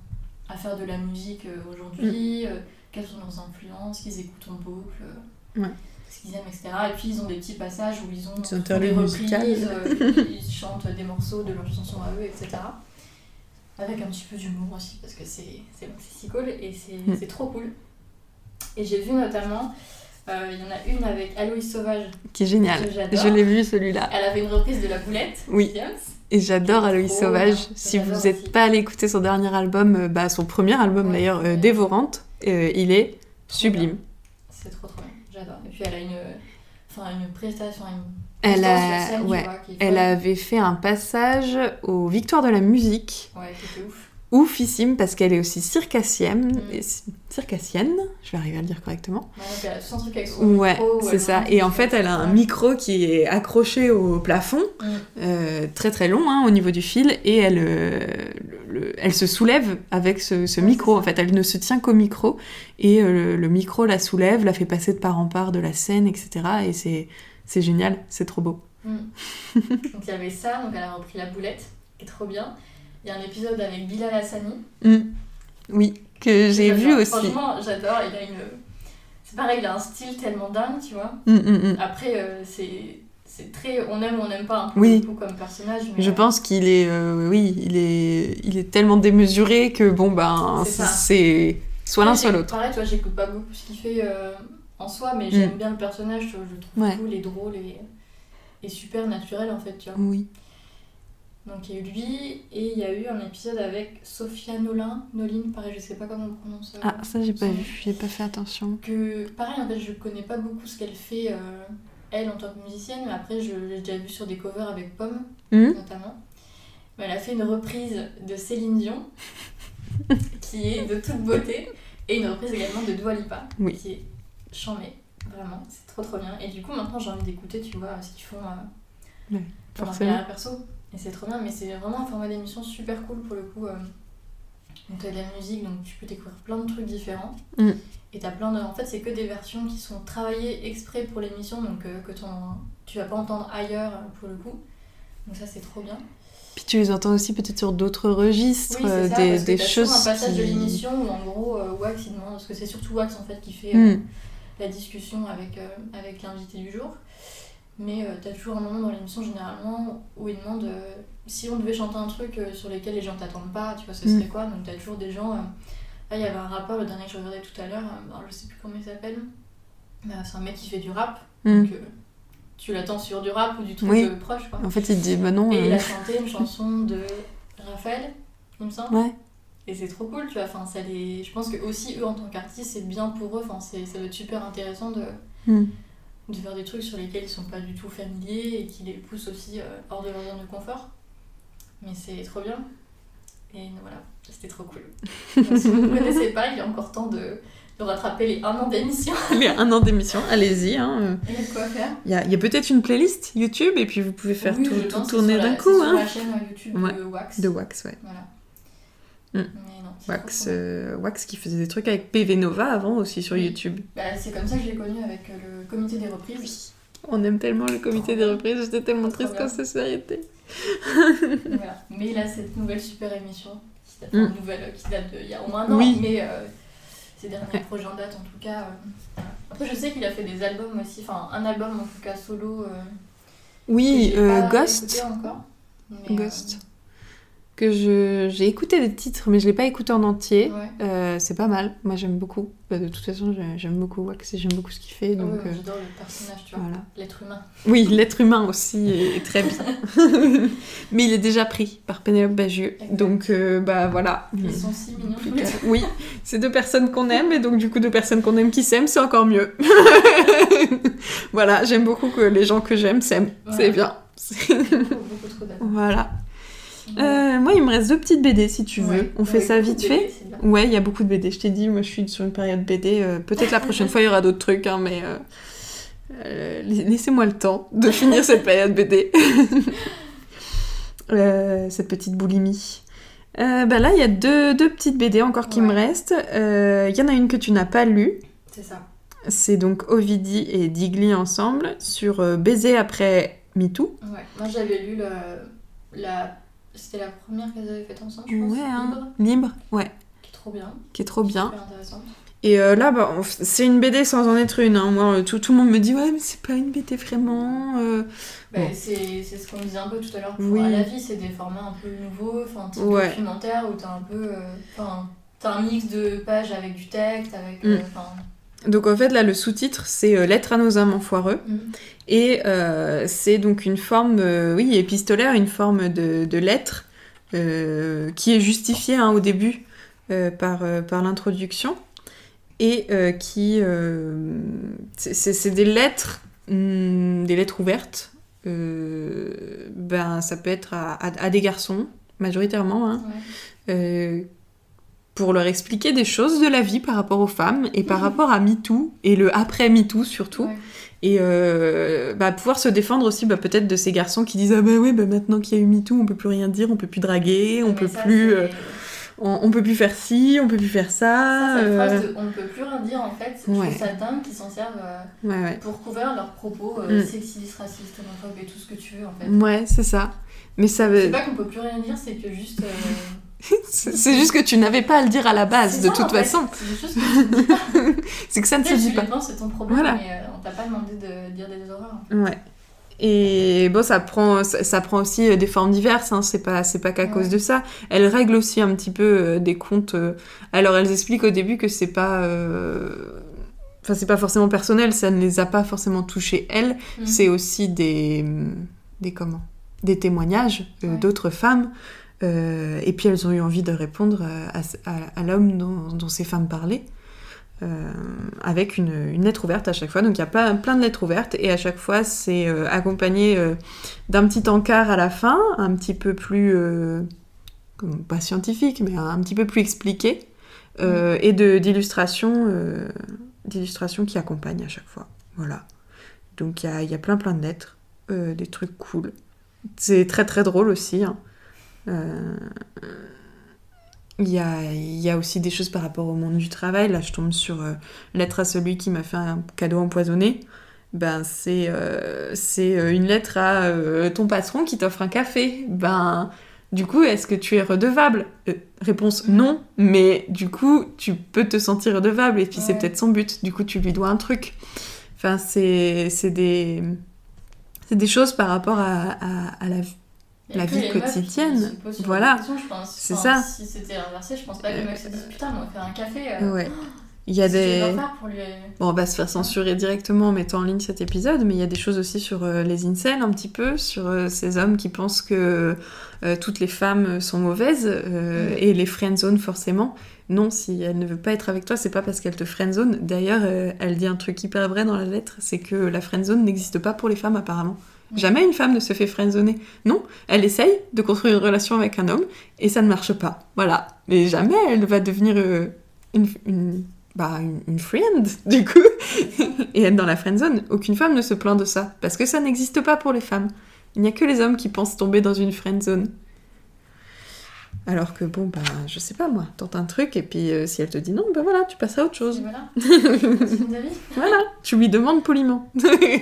à faire de la musique euh, aujourd'hui, mmh. euh, quelles sont leurs influences, qu'ils écoutent en boucle, euh, ouais. ce qu'ils aiment, et cetera. Et puis ils ont des petits passages où ils ont des, des reprises, euh, ils chantent des morceaux de leurs chansons à eux, et cetera. Avec un petit peu d'humour aussi, parce que c'est, c'est, c'est si cool et c'est, mmh. c'est trop cool. Et j'ai vu notamment, il euh, y en a une avec Aloïs Sauvage. Qui est géniale, je l'ai vu celui-là. Elle avait une reprise de La Boulette. Oui. Williams. Et j'adore Aloïs Sauvage. Bien. Si j'adore vous n'êtes pas allé écouter son dernier album, euh, bah, son premier album ouais, d'ailleurs, euh, Dévorante, euh, il est trop sublime. Bien. C'est trop trop bien, j'adore. Et puis elle a une, enfin, une prestation, une elle, a... scène, ouais. vois, elle avait fait un passage aux Victoires de la musique. Ouais, c'était ouf. Oufissime, parce qu'elle est aussi circassienne, mmh. circassienne, je vais arriver à le dire correctement. Ouais, elle a tout un truc avec son ouais, micro. c'est ça. Et en fait, elle a un micro qui est accroché au plafond, mmh. euh, très très long hein, au niveau du fil, et elle, euh, le, le, elle se soulève avec ce, ce ouais, micro. En fait, elle ne se tient qu'au micro, et euh, le, le micro la soulève, la fait passer de part en part de la scène, et cetera. Et c'est, c'est génial, c'est trop beau. Mmh. Donc il y avait ça, donc elle a repris La Boulette, qui est trop bien. Il y a un épisode avec Bilal Hassani. Mmh. Oui, que j'ai j'adore. vu aussi. Franchement, j'adore. Il a une... C'est pareil, il a un style tellement dingue, tu vois. Mmh, mmh. Après, euh, c'est... c'est très... On aime ou on n'aime pas un peu oui. comme personnage. Mais... Je pense qu'il est... Euh, oui, il est... il est tellement démesuré que, bon, ben, c'est, c'est... soit l'un, soit l'autre. Pareil, tu vois, j'écoute pas beaucoup ce qu'il fait euh, en soi, mais j'aime mmh. bien le personnage, tu vois, je le trouve ouais. cool et drôle et... et super naturel, en fait, tu vois. Oui. Donc il y a eu lui, et il y a eu un épisode avec Sophia Nolin, Nolin, pareil, je sais pas comment on prononce. Euh, ah, ça j'ai pas vu, j'ai pas fait attention. Que, pareil, en fait, je connais pas beaucoup ce qu'elle fait, euh, elle, en tant que musicienne, mais après, je l'ai déjà vu sur des covers avec Pomme, mmh. notamment. Mais elle a fait une reprise de Céline Dion, qui est de toute beauté, et une reprise également de Dua Lipa, oui. qui est chambée, vraiment, c'est trop trop bien. Et du coup, maintenant, j'ai envie d'écouter, tu vois, ce qu'ils font euh, ouais, dans leur carrière perso. Et c'est trop bien, mais c'est vraiment un format d'émission super cool pour le coup. Euh... Donc t'as de la musique, donc tu peux découvrir plein de trucs différents. Mm. Et t'as plein de... En fait, c'est que des versions qui sont travaillées exprès pour l'émission, donc euh, que ton... tu vas pas entendre ailleurs pour le coup. Donc ça, c'est trop bien. Puis tu les entends aussi peut-être sur d'autres registres, oui, c'est ça, des, parce que des t'as choses un passage qui... de l'émission où en gros, euh, Wax, il demande... Parce que c'est surtout Wax en fait qui fait euh, mm. la discussion avec, euh, avec l'invité du jour. Mais euh, t'as toujours un moment dans l'émission généralement où ils demandent euh, si on devait chanter un truc euh, sur lequel les gens t'attendent pas, tu vois, ce serait mm. quoi. Donc t'as toujours des gens. Euh... Là, il y avait un rappeur, le dernier que je regardais tout à l'heure, euh, alors, je sais plus comment il s'appelle, mais, euh, c'est un mec qui fait du rap. Mm. Donc euh, tu l'attends sur du rap ou du truc oui. euh, proche, quoi. En fait, il te dit bah non. Et euh... il a chanté une chanson de Raphaël, il me semble. Ouais. Et c'est trop cool, tu vois. Enfin, ça les... Je pense que aussi eux en tant qu'artistes, c'est bien pour eux. Enfin, c'est... ça doit être super intéressant de. Mm. de faire des trucs sur lesquels ils sont pas du tout familiers et qui les poussent aussi euh, hors de leur zone de confort. Mais c'est trop bien. Et voilà, c'était trop cool. Donc, si vous ne connaissez pas, il y a encore temps de, de rattraper les un an d'émission. Les un an d'émission, allez-y. Hein. Il y a de quoi faire. Il y a, il y a peut-être une playlist YouTube et puis vous pouvez faire oui, tout, tout tourner la, d'un coup. C'est hein. sur la chaîne YouTube ouais. de Wax. De Wax, ouais. Voilà. Mm. Mais non, Wax, euh, Wax qui faisait des trucs avec P V Nova avant aussi sur oui. YouTube. Bah, c'est comme ça que je l'ai connu avec euh, le comité des reprises. Oui. On aime tellement le comité des reprises, j'étais tellement triste quand ça s'est arrêté. Voilà. Mais il a cette nouvelle super émission, qui date, mm. nouvelle, qui date d'il y a au moins un an, oui. mais euh, ses derniers ouais. projets en date en tout cas. Euh, voilà. Après, je sais qu'il a fait des albums aussi, enfin un album en tout cas solo. Euh, oui, euh, Ghost. Encore, mais, Ghost. Euh, que je, j'ai écouté des titres, mais je l'ai pas écouté en entier. Ouais. Euh, c'est pas mal. Moi, j'aime beaucoup. Bah, de toute façon, j'aime beaucoup Wax et j'aime beaucoup ce qu'il fait. Donc, ouais, euh... j'adore le personnage, tu vois. Voilà. L'être humain. Oui, l'être humain aussi est très bien. Mais il est déjà pris par Pénélope Bagieux. Exact. Donc, euh, bah voilà. Ils sont si mignons. Oui, c'est deux personnes qu'on aime, et donc du coup, deux personnes qu'on aime qui s'aiment, c'est encore mieux. Voilà, j'aime beaucoup que les gens que j'aime s'aiment. Ouais. C'est bien. Beaucoup, beaucoup trop d'accord. Voilà. Euh, moi, il me reste deux petites B D si tu veux. Ouais, on fait ça vite B D, fait. Ouais, il y a beaucoup de B D. Je t'ai dit, moi, je suis sur une période B D. Euh, peut-être la prochaine fois, il y aura d'autres trucs, hein, mais euh, euh, laissez-moi le temps de finir cette période B D. euh, cette petite boulimie. Euh, bah là, il y a deux, deux petites B D encore qui ouais. me restent. Il euh, y en a une que tu n'as pas lue. C'est ça. C'est donc Ovidie et Digli ensemble sur euh, Baiser après MeToo. Ouais, moi j'avais lu le, la. C'était la première qu'elles avaient faite ensemble, je pense. Ouais, hein. Libre. Libre, ouais. Qui est trop bien. Qui est trop bien. Super intéressante. Et euh, là, bah, on... c'est une B D sans en être une. Hein. Moi, tout, tout le monde me dit, ouais, mais c'est pas une B D vraiment. Euh... Bah, bon. c'est, c'est ce qu'on disait un peu tout à l'heure pour Oui. À la vie, c'est des formats un peu nouveaux, enfin, type ouais. documentaire où t'as un peu. Enfin, euh, t'as un mix de pages avec du texte, avec. Euh, mm. Donc en fait, là, le sous-titre, c'est euh, Lettre à nos amants foireux. Mm. Et euh, c'est donc une forme, euh, oui, épistolaire, une forme de, de lettre euh, qui est justifiée hein, au début euh, par, euh, par l'introduction. Et euh, qui... Euh, c'est, c'est des lettres, hum, des lettres ouvertes. Euh, ben, ça peut être à, à, à des garçons, majoritairement, hein, ouais. euh, pour leur expliquer des choses de la vie par rapport aux femmes et par mmh. rapport à MeToo, et le après MeToo surtout. Ouais. Et euh, bah, pouvoir se défendre aussi bah, peut-être de ces garçons qui disent « Ah bah oui, bah, maintenant qu'il y a eu MeToo, on peut plus rien dire, on peut plus draguer, on ouais, peut ça, plus... Euh, on, on peut plus faire ci, on peut plus faire ça. Ça, cette euh... phrase de « on ne peut plus rien dire » en fait, je ouais. trouve ça dingue qu'ils s'en servent euh, ouais, ouais. pour couvrir leurs propos euh, mm. sexistes, racistes, homophobes et tout ce que tu veux en fait. Ouais, c'est ça. Mais ça veut... C'est pas qu'on peut plus rien dire, c'est que juste... Euh... c'est, c'est juste que tu n'avais pas à le dire à la base, c'est de ça, toute en fait. façon. C'est juste que tu dis pas. C'est que ça ne se dit pas. C'est ton problème, voilà. Mais euh, on t'a pas demandé de dire des horreurs. En fait. Ouais. Et bon, ça prend, ça, ça prend aussi des formes diverses, hein, c'est pas, c'est pas qu'à ouais. cause de ça. Elle règle aussi un petit peu euh, des comptes. Euh... Alors, elles expliquent au début que c'est pas... Euh... Enfin, c'est pas forcément personnel, ça ne les a pas forcément touchées, elles. Mmh. C'est aussi des... Des comment Des témoignages euh, ouais. d'autres femmes. Euh, et puis, elles ont eu envie de répondre à, à, à l'homme dont, dont ces femmes parlaient. Euh, avec une, une lettre ouverte à chaque fois. Donc il y a plein, plein de lettres ouvertes et à chaque fois c'est euh, accompagné euh, d'un petit encart à la fin, un petit peu plus, euh, pas scientifique, mais un, un petit peu plus expliqué euh, mmh. et de, d'illustrations, euh, d'illustrations qui accompagnent à chaque fois. Voilà. Donc il y a, y a plein plein de lettres, euh, des trucs cool. C'est très très drôle aussi. Hein. Euh, Il y, a, il y a aussi des choses par rapport au monde du travail. Là, je tombe sur euh, Lettre à celui qui m'a fait un cadeau empoisonné. Ben, c'est, euh, c'est une lettre à euh, ton patron qui t'offre un café. Ben, du coup, est-ce que tu es redevable ? euh, Réponse non, mais du coup, tu peux te sentir redevable et puis ouais. c'est peut-être son but. Du coup, tu lui dois un truc. Enfin, c'est, c'est, des, c'est des choses par rapport à, à, à la vie. La vie quotidienne, voilà, question, je pense. C'est enfin, ça. Si c'était inversé, je pense pas que le mec se dise putain, on va faire un café. Euh... Ouais. Il y a si des. Pour lui... Bon, on va se faire censurer directement en mettant en ligne cet épisode, mais il y a des choses aussi sur euh, les incels, un petit peu, sur euh, ces hommes qui pensent que euh, toutes les femmes sont mauvaises euh, mmh. et les friendzone forcément. Non, si elle ne veut pas être avec toi, c'est pas parce qu'elle te friendzone. D'ailleurs, euh, elle dit un truc hyper vrai dans la lettre, c'est que la friendzone n'existe pas pour les femmes apparemment. Jamais une femme ne se fait friendzoner. Non, elle essaye de construire une relation avec un homme et ça ne marche pas. Voilà. Mais jamais elle va devenir euh, une, une, bah, une, une friend, du coup, et être dans la friendzone. Aucune femme ne se plaint de ça parce que ça n'existe pas pour les femmes. Il n'y a que les hommes qui pensent tomber dans une friendzone. Alors que bon, bah, je sais pas moi, tente un truc et puis euh, si elle te dit non, ben voilà, tu passes à autre chose. Et voilà. C'est une avis. Voilà, tu lui demandes poliment.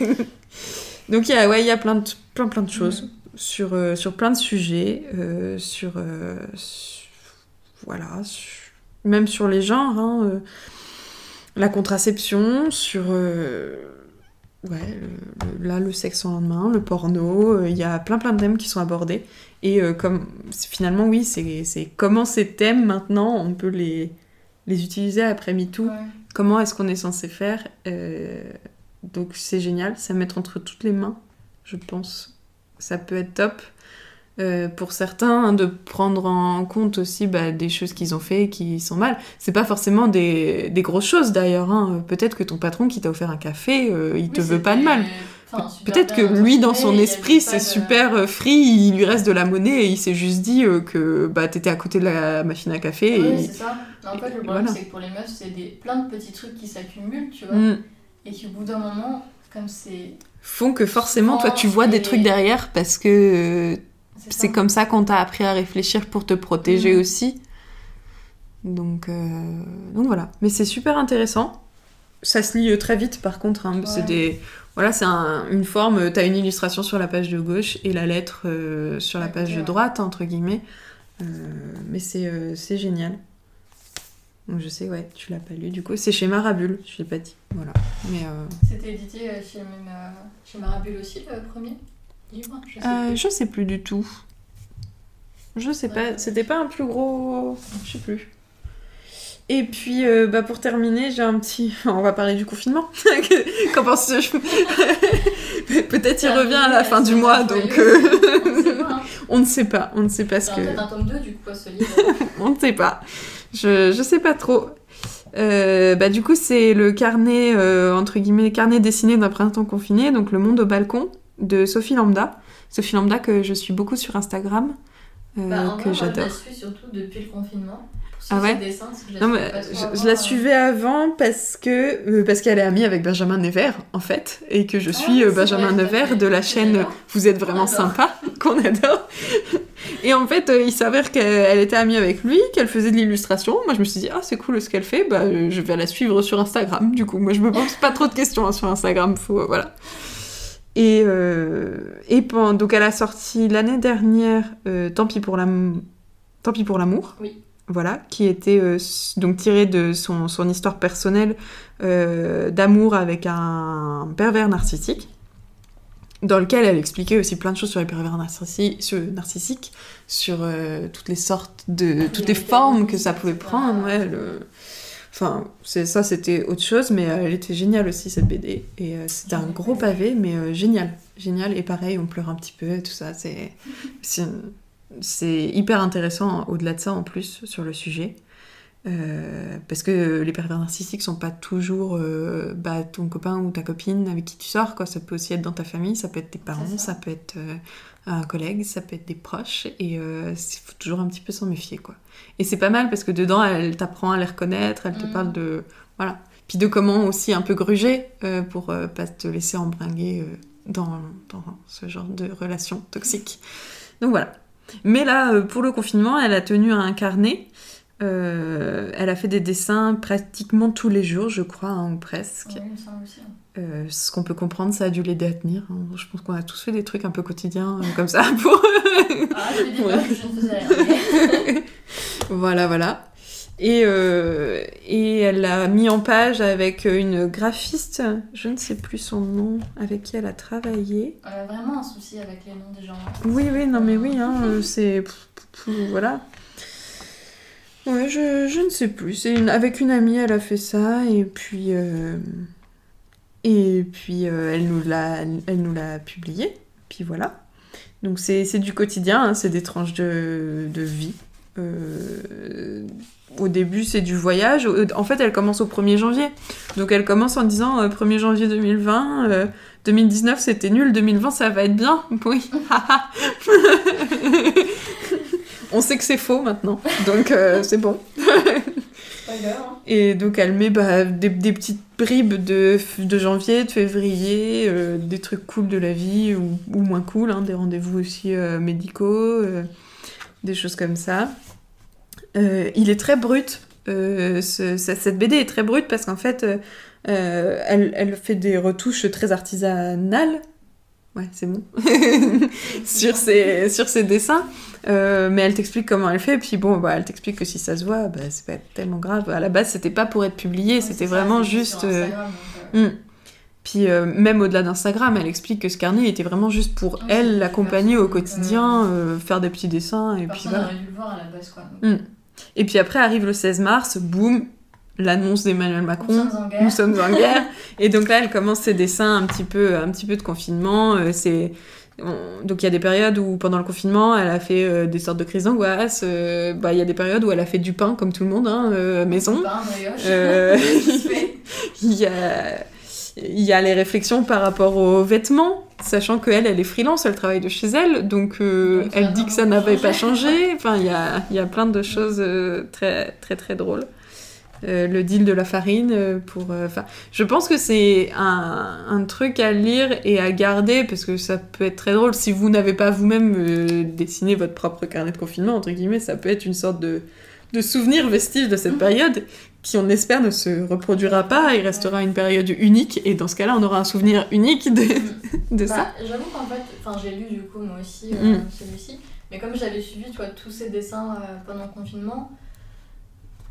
Donc il y a, ouais, y a plein, de, plein, plein de choses mmh. sur, euh, sur plein de sujets, euh, sur, euh, sur, voilà, sur, même sur les genres, hein, euh, la contraception, sur euh, ouais, le, le, là le sexe en lendemain, le porno, il euh, y a plein plein de thèmes qui sont abordés et euh, comme finalement oui, c'est, c'est comment ces thèmes maintenant on peut les, les utiliser après MeToo, ouais. Comment est-ce qu'on est censé faire euh, donc c'est génial, c'est à mettre entre toutes les mains, je pense. Ça peut être top euh, pour certains hein, de prendre en compte aussi bah, des choses qu'ils ont fait et qui sont mal. C'est pas forcément des, des grosses choses d'ailleurs. Hein. Peut-être que ton patron qui t'a offert un café, euh, il oui, te veut pas de mal. Enfin, peut-être que lui, dans son esprit, c'est de... super free, il lui reste de la monnaie et il s'est juste dit euh, que bah, t'étais à côté de la machine à café. Oui, et... c'est ça. En fait, le problème, voilà. C'est que pour les meufs, c'est des... plein de petits trucs qui s'accumulent, tu vois. Mm. Et qu'au bout d'un moment, comme c'est... font que forcément, toi, tu vois et... des trucs derrière parce que c'est, c'est comme ça qu'on t'a appris à réfléchir pour te protéger mmh. aussi. Donc, euh... Donc voilà. Mais c'est super intéressant. Ça se lit très vite, par contre. Hein. Ouais. C'est des... Voilà, c'est un... une forme... T'as une illustration sur la page de gauche et la lettre euh, sur la page ouais. de droite, entre guillemets. Euh... Mais c'est, euh... c'est génial. Donc je sais, ouais, tu l'as pas lu du coup. C'est chez Marabule, je l'ai pas dit. Voilà. Mais, euh... C'était édité chez, même, euh, chez Marabule aussi, le premier livre, je sais euh, plus. Je sais plus du tout. Je sais pas, c'était pas un plus gros... Je sais plus. Et puis, euh, bah, pour terminer, j'ai un petit... On va parler du confinement. Qu'en penses-tu? Peut-être il revient à la fin du mois, donc... Euh... On ne sait pas, on ne sait pas ce que... C'est peut-être un tome deux, du coup, ce livre. On ne sait pas. Je, je sais pas trop. Euh, bah, du coup, c'est le carnet, euh, entre guillemets, carnet dessiné d'un printemps confiné, donc Le Monde au balcon, de Sophie Lambda. Sophie Lambda, que je suis beaucoup sur Instagram, euh, bah, que moi, j'adore. Je la suis surtout depuis le confinement. Ah ouais dessins, je, non, mais je, je la suivais avant parce que euh, parce qu'elle est amie avec Benjamin Nevers en fait, et que je suis ah, euh, Benjamin vrai, Nevers de la chaîne Vous êtes vraiment sympa, qu'on adore. Et en fait, euh, il s'avère qu'elle était amie avec lui, qu'elle faisait de l'illustration. Moi, je me suis dit ah c'est cool ce qu'elle fait, bah euh, je vais la suivre sur Instagram. Du coup, moi je me pose pas trop de questions hein, sur Instagram, faut euh, voilà. Et euh, et pendant, donc elle a sorti l'année dernière euh, Tant pis pour l'amour. Tant pis pour l'amour. Oui. Voilà, qui était euh, donc tiré de son, son histoire personnelle euh, d'amour avec un pervers narcissique, dans lequel elle expliquait aussi plein de choses sur les pervers narcissiques, sur, narcissiques, sur euh, toutes les sortes de, toutes les formes que ça pouvait prendre. Ouais, le... Enfin, c'est, ça c'était autre chose, mais euh, elle était géniale aussi cette B D, et euh, c'était un gros pavé, mais euh, génial, génial, et pareil, on pleure un petit peu, tout ça, c'est... c'est une... C'est hyper intéressant, au-delà de ça, en plus, sur le sujet. Euh, parce que les pervers narcissiques sont pas toujours euh, bah, ton copain ou ta copine avec qui tu sors, quoi. Ça peut aussi être dans ta famille, ça peut être tes parents, ça. ça peut être euh, un collègue, ça peut être des proches, et il euh, faut toujours un petit peu s'en méfier, quoi. Et c'est pas mal, parce que dedans, elle t'apprend à les reconnaître, elle te mmh. parle de... Voilà. Puis de comment aussi un peu gruger, euh, pour euh, pas te laisser embringuer euh, dans, dans ce genre de relation toxique. Donc voilà. Mais là, pour le confinement, elle a tenu un carnet. Euh, elle a fait des dessins pratiquement tous les jours, je crois, hein, ou presque. Oui, ça aussi. Euh, ce qu'on peut comprendre, ça a dû l'aider à tenir. Hein. Je pense qu'on a tous fait des trucs un peu quotidiens, euh, comme ça, pour... ah, je vais dire ouais. que je ne faisais rien. Voilà, voilà. Et, euh, et elle l'a mis en page avec une graphiste, je ne sais plus son nom, avec qui elle a travaillé. Elle a vraiment un souci avec les noms des gens. Oui, oui, non mais oui, hein, c'est... Voilà. Ouais, je, je ne sais plus. C'est une... Avec une amie, elle a fait ça, et puis... Euh... Et puis, euh, elle, nous l'a... elle nous l'a publié, puis voilà. Donc c'est, c'est du quotidien, hein, c'est des tranches de, de vie. Euh... Au début, c'est du voyage. En fait, elle commence au premier janvier. Donc, elle commence en disant euh, premier janvier deux mille vingt, euh, deux mille dix-neuf, c'était nul, deux mille vingt, ça va être bien. Oui. On sait que c'est faux maintenant. Donc, euh, c'est bon. Et donc, elle met bah, des, des petites bribes de, de janvier, de février, euh, des trucs cool de la vie ou, ou moins cool, hein, des rendez-vous aussi euh, médicaux, euh, des choses comme ça. Euh, il est très brut, euh, ce, cette B D est très brute parce qu'en fait euh, euh, elle, elle fait des retouches très artisanales, ouais c'est bon, sur, ses, sur ses dessins, euh, mais elle t'explique comment elle fait, et puis bon bah, elle t'explique que si ça se voit, bah, c'est pas tellement grave, à la base c'était pas pour être publié, ouais, c'était vraiment ça, juste... Euh... Donc, euh... Mm. Puis euh, même au-delà d'Instagram, elle explique que ce carnet était vraiment juste pour ouais, elle, l'accompagner au quotidien, euh, faire des petits dessins, et puis voilà. Personne n'aurait dû le voir à la base, quoi. Donc... Mm. Et puis après arrive le seize mars, boum, l'annonce d'Emmanuel Macron, nous sommes en guerre. Nous sommes en guerre. Et donc là, elle commence ses dessins un petit peu, un petit peu de confinement. Euh, c'est... On... Donc il y a des périodes où, pendant le confinement, elle a fait euh, des sortes de crises d'angoisse. Euh, bah, il y a des périodes où elle a fait du pain, comme tout le monde, hein, euh, maison. Du pain, brioche. Euh... il y a... Il y a les réflexions par rapport aux vêtements, sachant qu'elle, elle est freelance, elle travaille de chez elle, donc, euh, donc elle dit que ça n'avait pas changé. Enfin, il y a, il y a plein de choses euh, très, très, très drôles. Euh, le deal de la farine, euh, pour... Enfin, euh, je pense que c'est un, un truc à lire et à garder, parce que ça peut être très drôle. Si vous n'avez pas vous-même euh, dessiné votre propre carnet de confinement, entre guillemets, ça peut être une sorte de, de souvenir vestige de cette période, qui on espère ne se reproduira pas, il restera une période unique, et dans ce cas-là on aura un souvenir unique de, de bah, ça. J'avoue qu'en fait, enfin j'ai lu du coup moi aussi euh, mm. celui-ci, mais comme j'avais suivi tu vois, tous ces dessins euh, pendant le confinement,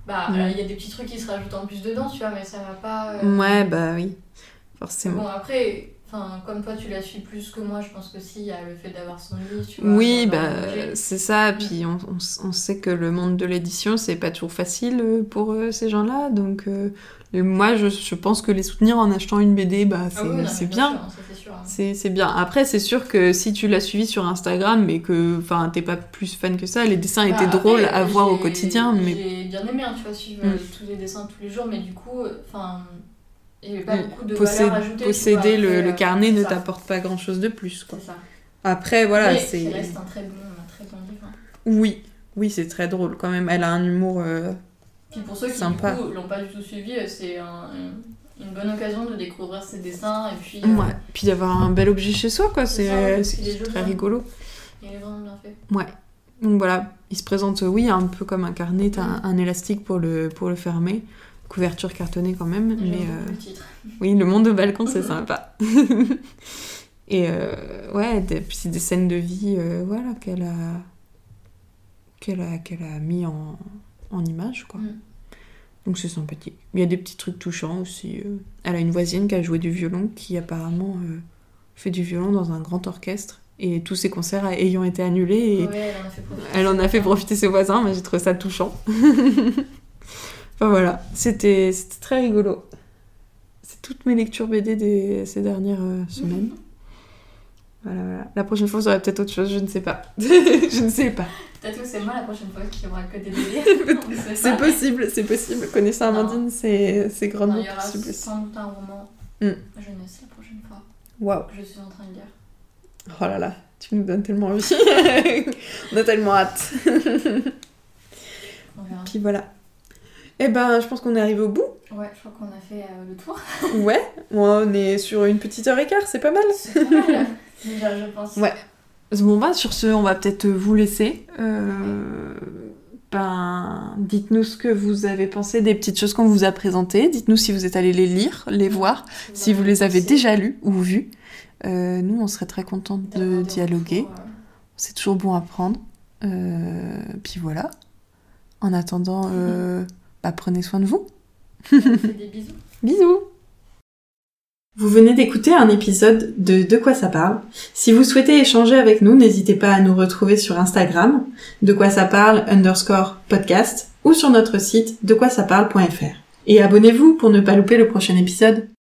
Bah, il Ouais. y a des petits trucs qui se rajoutent en plus dedans, tu vois, mais ça va pas... euh, Ouais, bah oui, forcément. Bon, après, enfin, comme toi, tu la suis plus que moi, je pense que si, il y a le fait d'avoir son livre, tu vois. Oui, d'avoir bah, un objet. c'est ça. Puis on, on, on sait que le monde de l'édition, c'est pas toujours facile euh, pour euh, ces gens-là. Donc, euh, et moi, je, je pense que les soutenir en achetant une B D, bah, c'est, Ah oui, non, mais c'est bien. bien. sûr, hein, ça, c'est sûr, hein. C'est, c'est bien. Après, c'est sûr que si tu l'as suivi sur Instagram, mais que enfin, t'es pas plus fan que ça, les dessins Bah, étaient après, drôles à voir au j'ai- quotidien. Mais J'ai bien aimé, hein, tu vois, suivre Mm. euh, tous les dessins tous les jours, mais du coup, enfin, il n'y avait pas Mm. beaucoup de Possé- valeur ajoutée. tu posséder vois, le, après, le euh, carnet c'est ne ça, t'apporte pas grand-chose de plus, quoi. C'est ça. Après, voilà, mais c'est... ça reste un très bon, un très bon livre. hein. Oui, oui, c'est très drôle quand même. Elle a un humour... euh, Puis pour ceux qui, Sympa. du coup, l'ont pas du tout suivi, euh, c'est un- une bonne occasion de découvrir ses dessins, et puis... euh, Ouais. Puis d'avoir un bel objet chez soi, quoi. C'est C'est, ça, euh, puis c'est les jeux très bien. rigolo. Il est vraiment bien fait. Ouais. Donc voilà, il se présente, euh, oui, un peu comme un carnet, t'as un, un élastique pour le, pour le fermer. Couverture cartonnée quand même, J'aime mais... beaucoup euh, le titre. Oui, le monde de balcon, c'est sympa. Et euh, ouais, des, puis c'est des scènes de vie euh, voilà, qu'elle a, qu'elle a, qu'elle a mis en, en image, quoi. Mm. Donc c'est sympathique. Il y a des petits trucs touchants aussi. euh. Elle a une voisine qui a joué du violon, qui apparemment euh, fait du violon dans un grand orchestre. Et tous ses concerts ayant été annulés, et Ouais, elle en a fait profiter. elle en a fait profiter ses voisins, mais j'ai trouvé ça touchant. Enfin voilà, c'était, c'était très rigolo. C'est toutes mes lectures B D des, ces dernières euh, semaines. Voilà, voilà. La prochaine fois, vous aurez peut-être autre chose, je ne sais pas. Je ne sais pas. Peut-être que c'est moi la prochaine fois qui aura que des B D. On sait C'est pas. possible, c'est possible. Connaissant Amandine, c'est, c'est Non, grandement il y aura possible. sans doute un roman Mm. jeunesse la prochaine fois. Waouh. Je suis en train de lire. Oh là là, tu nous donnes tellement envie. On a tellement hâte. On verra. Puis voilà. Eh ben, je pense qu'on est arrivé au bout. Ouais, je crois qu'on a fait euh, le tour. Ouais, on est sur une petite heure et quart, c'est pas mal. C'est pas mal, déjà, je pense. Ouais. Bon, bah, sur ce, on va peut-être vous laisser. Euh, ben, dites-nous ce que vous avez pensé des petites choses qu'on vous a présentées. Dites-nous si vous êtes allés les lire, les voir, si vous les avez déjà lues ou vues. Euh, nous, on serait très contents de D'avoir des dialoguer. retours, euh, C'est toujours bon à prendre. Euh, puis voilà. En attendant, euh, bah, prenez soin de vous. On fait des bisous. Bisous. Vous venez d'écouter un épisode de De quoi ça parle. Si vous souhaitez échanger avec nous, n'hésitez pas à nous retrouver sur Instagram, de quoi ça parle underscore podcast, ou sur notre site de quoi ça parle point f r. Et abonnez-vous pour ne pas louper le prochain épisode.